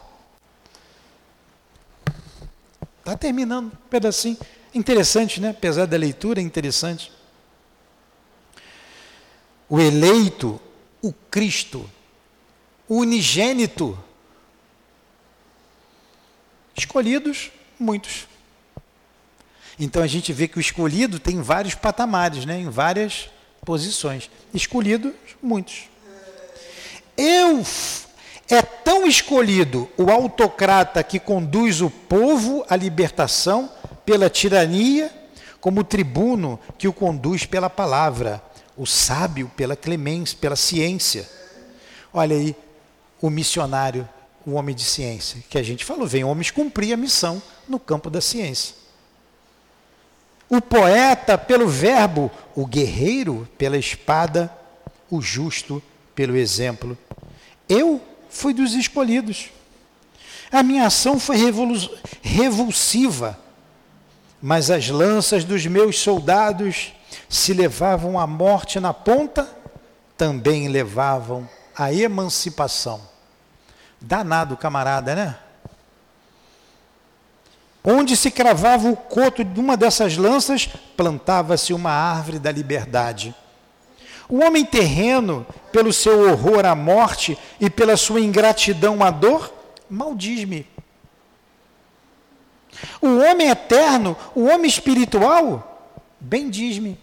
Está terminando um pedacinho. Interessante, né? Apesar da leitura, é interessante. O eleito, o Cristo, o unigênito. Escolhidos, muitos. Então a gente vê que o escolhido tem vários patamares, né? Em várias posições. Escolhidos, muitos. Eu... É tão escolhido o autocrata que conduz o povo à libertação pela tirania, como o tribuno que o conduz pela palavra, o sábio pela clemência, pela ciência. Olha aí, o missionário, o homem de ciência, que a gente falou, vem homens cumprir a missão no campo da ciência. O poeta pelo verbo, o guerreiro pela espada, o justo pelo exemplo. Eu fui dos escolhidos. A minha ação foi revulsiva, mas as lanças dos meus soldados, se levavam à morte na ponta, também levavam à emancipação. Danado camarada, né? Onde se cravava o coto de uma dessas lanças, plantava-se uma árvore da liberdade. O homem terreno, pelo seu horror à morte e pela sua ingratidão à dor, maldiz-me O homem eterno, o homem espiritual, bem diz-me,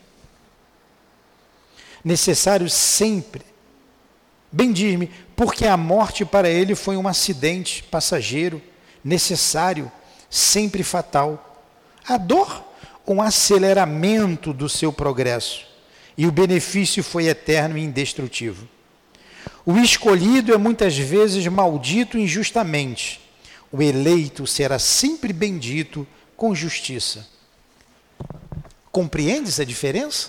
necessário sempre, bem diz-me, porque a morte para ele foi um acidente passageiro, necessário, sempre fatal. A dor, um aceleramento do seu progresso, e o benefício foi eterno e indestrutível. O escolhido é muitas vezes maldito injustamente, o eleito será sempre bendito com justiça. Compreendes a diferença?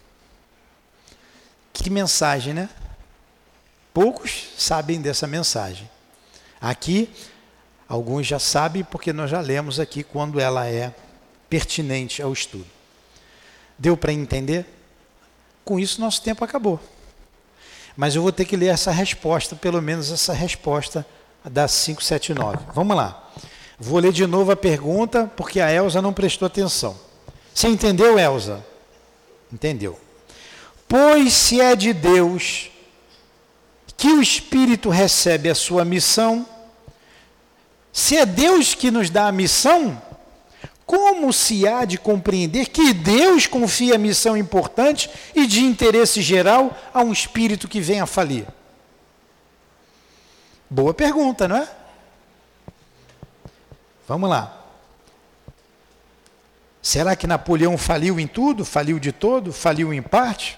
Que mensagem, né? Poucos sabem dessa mensagem. Aqui, alguns já sabem porque nós já lemos aqui quando ela é pertinente ao estudo. Deu para entender? Com isso, nosso tempo acabou. Mas eu vou ter que ler essa resposta, pelo menos essa resposta da cinco sete nove. Vamos lá. Vou ler de novo a pergunta, porque a Elza não prestou atenção. Você entendeu, Elza? Entendeu. Pois se é de Deus que o Espírito recebe a sua missão, se é Deus que nos dá a missão, como se há de compreender que Deus confia a missão importante e de interesse geral a um espírito que vem a falir? Boa pergunta, não é? Vamos lá. Será que Napoleão faliu em tudo? Faliu de todo? Faliu em parte?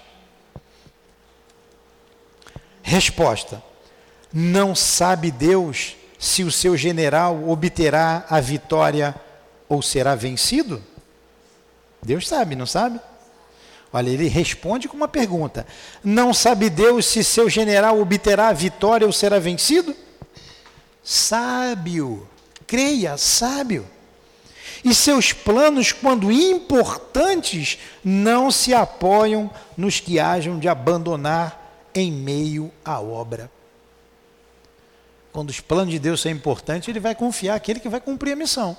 Resposta: não sabe Deus se o seu general obterá a vitória ou será vencido? Deus sabe, não sabe? Olha, ele responde com uma pergunta: não sabe Deus se seu general obterá a vitória ou será vencido? Sábio, creia, sábio. E seus planos, quando importantes, não se apoiam nos que hajam de abandonar em meio à obra. Quando os planos de Deus são importantes, ele vai confiar naquele que vai cumprir a missão.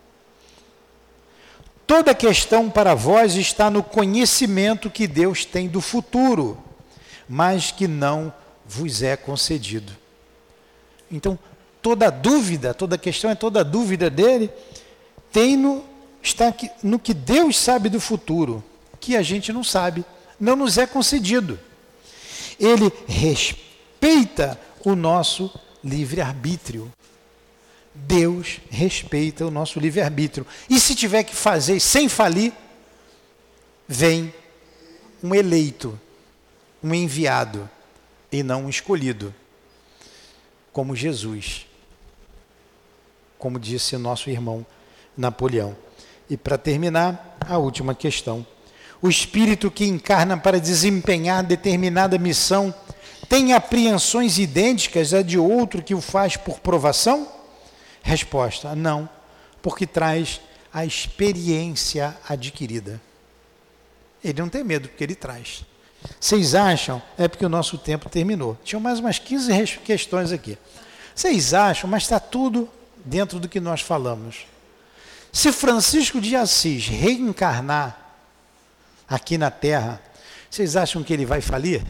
Toda questão para vós está no conhecimento que Deus tem do futuro, mas que não vos é concedido. Então, toda dúvida, toda questão é toda dúvida dele, tem no, está aqui, no que Deus sabe do futuro, que a gente não sabe, não nos é concedido. Ele respeita o nosso livre-arbítrio. Deus respeita o nosso livre-arbítrio. E se tiver que fazer sem falir, vem um eleito, um enviado, e não um escolhido, como Jesus, como disse nosso irmão Napoleão. E para terminar, a última questão. O espírito que encarna para desempenhar determinada missão tem apreensões idênticas à de outro que o faz por provação? Resposta: não, porque traz a experiência adquirida. Ele não tem medo, porque ele traz. Vocês acham? É porque o nosso tempo terminou. Tinham mais umas quinze questões aqui. Vocês acham, mas está tudo dentro do que nós falamos. Se Francisco de Assis reencarnar aqui na Terra, vocês acham que ele vai falir?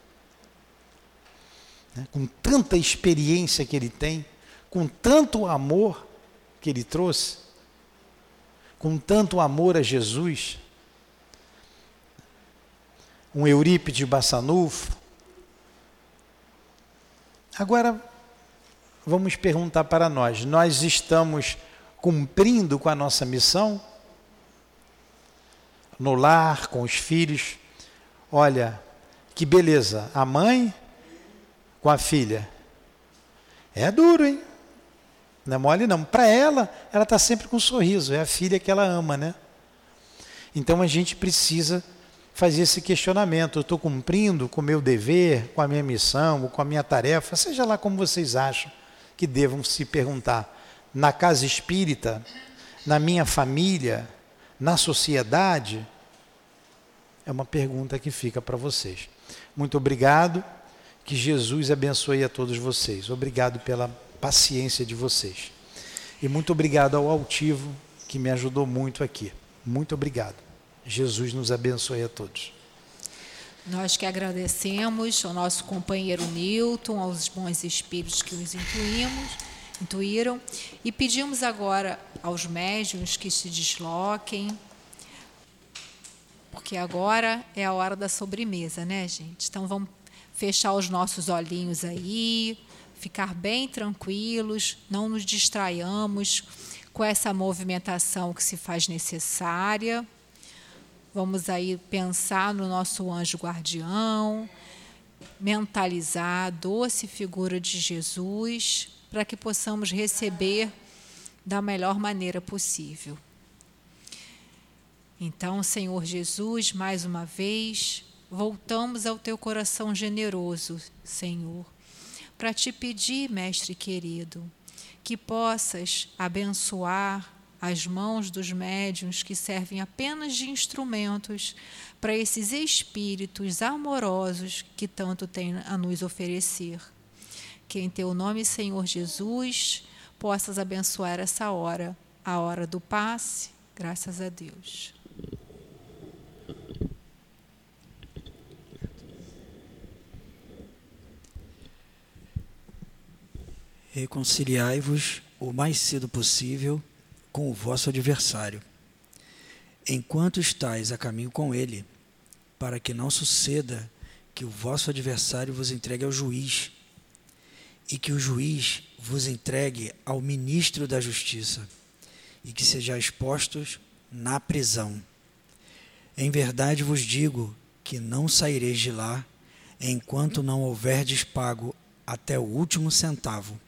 Com tanta experiência que ele tem, com tanto amor que ele trouxe, com tanto amor a Jesus, um Eurípides Bassanufo. Agora, vamos perguntar para nós, nós estamos cumprindo com a nossa missão? No lar, com os filhos? Olha, que beleza, a mãe com a filha. É duro, hein? Não é mole não. Para ela, ela está sempre com um sorriso, é a filha que ela ama, né? Então a gente precisa fazer esse questionamento. Eu estou cumprindo com o meu dever, com a minha missão, ou com a minha tarefa, seja lá como vocês acham que devam se perguntar. Na casa espírita, na minha família, na sociedade? É uma pergunta que fica para vocês. Muito obrigado, que Jesus abençoe a todos vocês. Obrigado pela paciência de vocês. E muito obrigado ao Altivo, que me ajudou muito aqui. Muito obrigado. Jesus nos abençoe a todos. Nós que agradecemos ao nosso companheiro Newton, aos bons espíritos que os incluímos, Intuíram? E pedimos agora aos médiuns que se desloquem, porque agora é a hora da sobremesa, né, gente? Então vamos fechar os nossos olhinhos aí, ficar bem tranquilos, não nos distraiamos com essa movimentação que se faz necessária. Vamos aí pensar no nosso anjo guardião, mentalizar a doce figura de Jesus, para que possamos receber da melhor maneira possível. Então, Senhor Jesus, mais uma vez, voltamos ao Teu coração generoso, Senhor, para Te pedir, Mestre querido, que possas abençoar as mãos dos médiuns que servem apenas de instrumentos para esses espíritos amorosos que tanto têm a nos oferecer. Que em Teu nome, Senhor Jesus, possas abençoar essa hora, a hora do passe, graças a Deus. Reconciliai-vos o mais cedo possível com o vosso adversário, enquanto estáis a caminho com ele, para que não suceda que o vosso adversário vos entregue ao juiz, e que o juiz vos entregue ao ministro da justiça, e que sejais postos na prisão. Em verdade vos digo que não saireis de lá, enquanto não houverdes pago até o último centavo.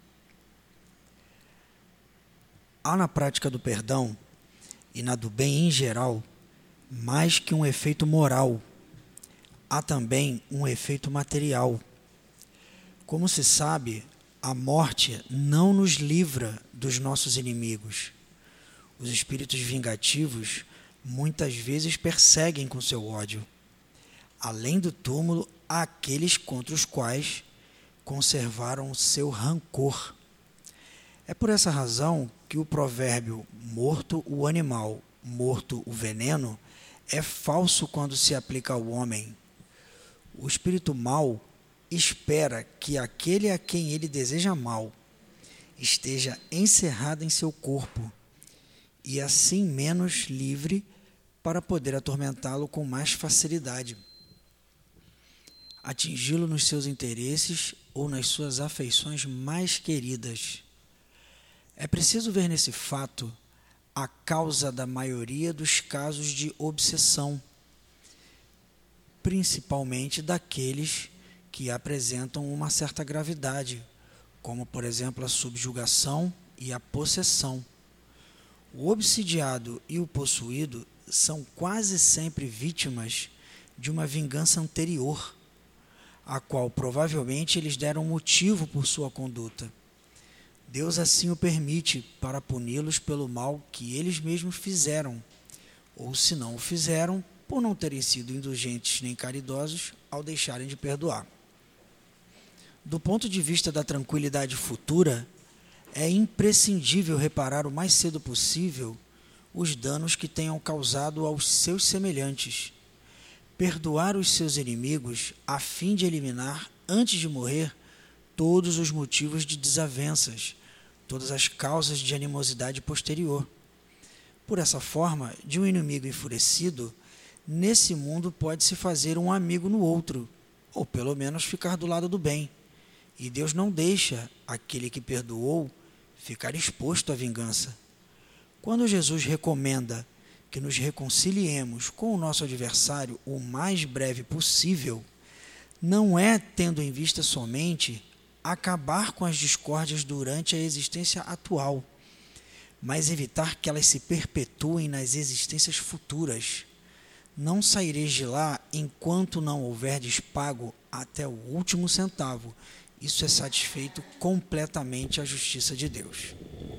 Há na prática do perdão e na do bem em geral, mais que um efeito moral, há também um efeito material. Como se sabe, a morte não nos livra dos nossos inimigos. Os espíritos vingativos muitas vezes perseguem com seu ódio, além do túmulo, aqueles contra os quais conservaram o seu rancor. É por essa razão que o provérbio morto o animal, morto o veneno, é falso quando se aplica ao homem. O espírito mau espera que aquele a quem ele deseja mal esteja encerrado em seu corpo e assim menos livre para poder atormentá-lo com mais facilidade, atingi-lo nos seus interesses ou nas suas afeições mais queridas. É preciso ver nesse fato a causa da maioria dos casos de obsessão, principalmente daqueles que apresentam uma certa gravidade, como, por exemplo, a subjugação e a possessão. O obsidiado e o possuído são quase sempre vítimas de uma vingança anterior, a qual provavelmente eles deram motivo por sua conduta. Deus assim o permite para puni-los pelo mal que eles mesmos fizeram, ou se não o fizeram, por não terem sido indulgentes nem caridosos ao deixarem de perdoar. Do ponto de vista da tranquilidade futura, é imprescindível reparar o mais cedo possível os danos que tenham causado aos seus semelhantes, perdoar os seus inimigos a fim de eliminar, antes de morrer, todos os motivos de desavenças, todas as causas de animosidade posterior. Por essa forma, de um inimigo enfurecido, nesse mundo pode-se fazer um amigo no outro, ou pelo menos ficar do lado do bem. E Deus não deixa aquele que perdoou ficar exposto à vingança. Quando Jesus recomenda que nos reconciliemos com o nosso adversário o mais breve possível, não é tendo em vista somente acabar com as discórdias durante a existência atual, mas evitar que elas se perpetuem nas existências futuras. Não saireis de lá enquanto não houverdes pago até o último centavo. Isso é satisfeito completamente a justiça de Deus.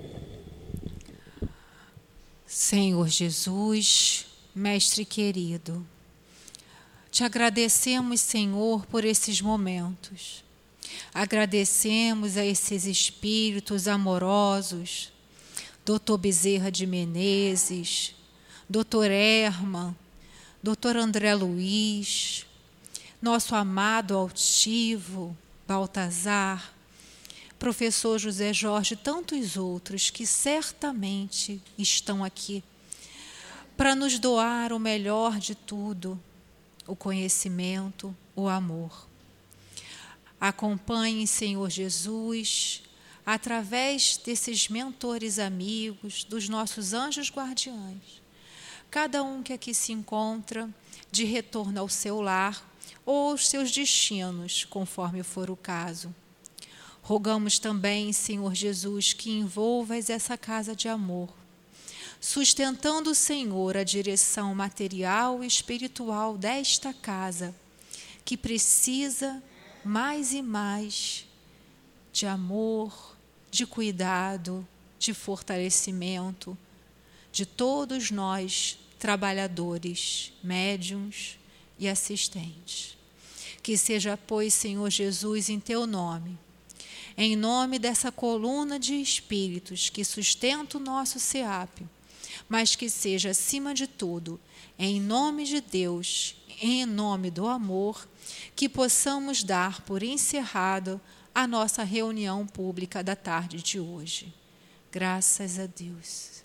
Senhor Jesus, Mestre querido, te agradecemos, Senhor, por esses momentos. Agradecemos a esses espíritos amorosos, doutor Bezerra de Menezes, doutor Herman, doutor André Luiz, nosso amado altivo Baltazar, professor José Jorge e tantos outros que certamente estão aqui para nos doar o melhor de tudo, o conhecimento, o amor. Acompanhe, Senhor Jesus, através desses mentores amigos, dos nossos anjos guardiães, cada um que aqui se encontra de retorno ao seu lar ou aos seus destinos, conforme for o caso. Rogamos também, Senhor Jesus, que envolvas essa casa de amor, sustentando, Senhor, a direção material e espiritual desta casa, que precisa mais e mais de amor, de cuidado, de fortalecimento de todos nós, trabalhadores, médiuns e assistentes. Que seja, pois, Senhor Jesus, em teu nome, em nome dessa coluna de espíritos que sustenta o nosso SEAP, mas que seja, acima de tudo, em nome de Deus, em nome do amor, que possamos dar por encerrado a nossa reunião pública da tarde de hoje. Graças a Deus.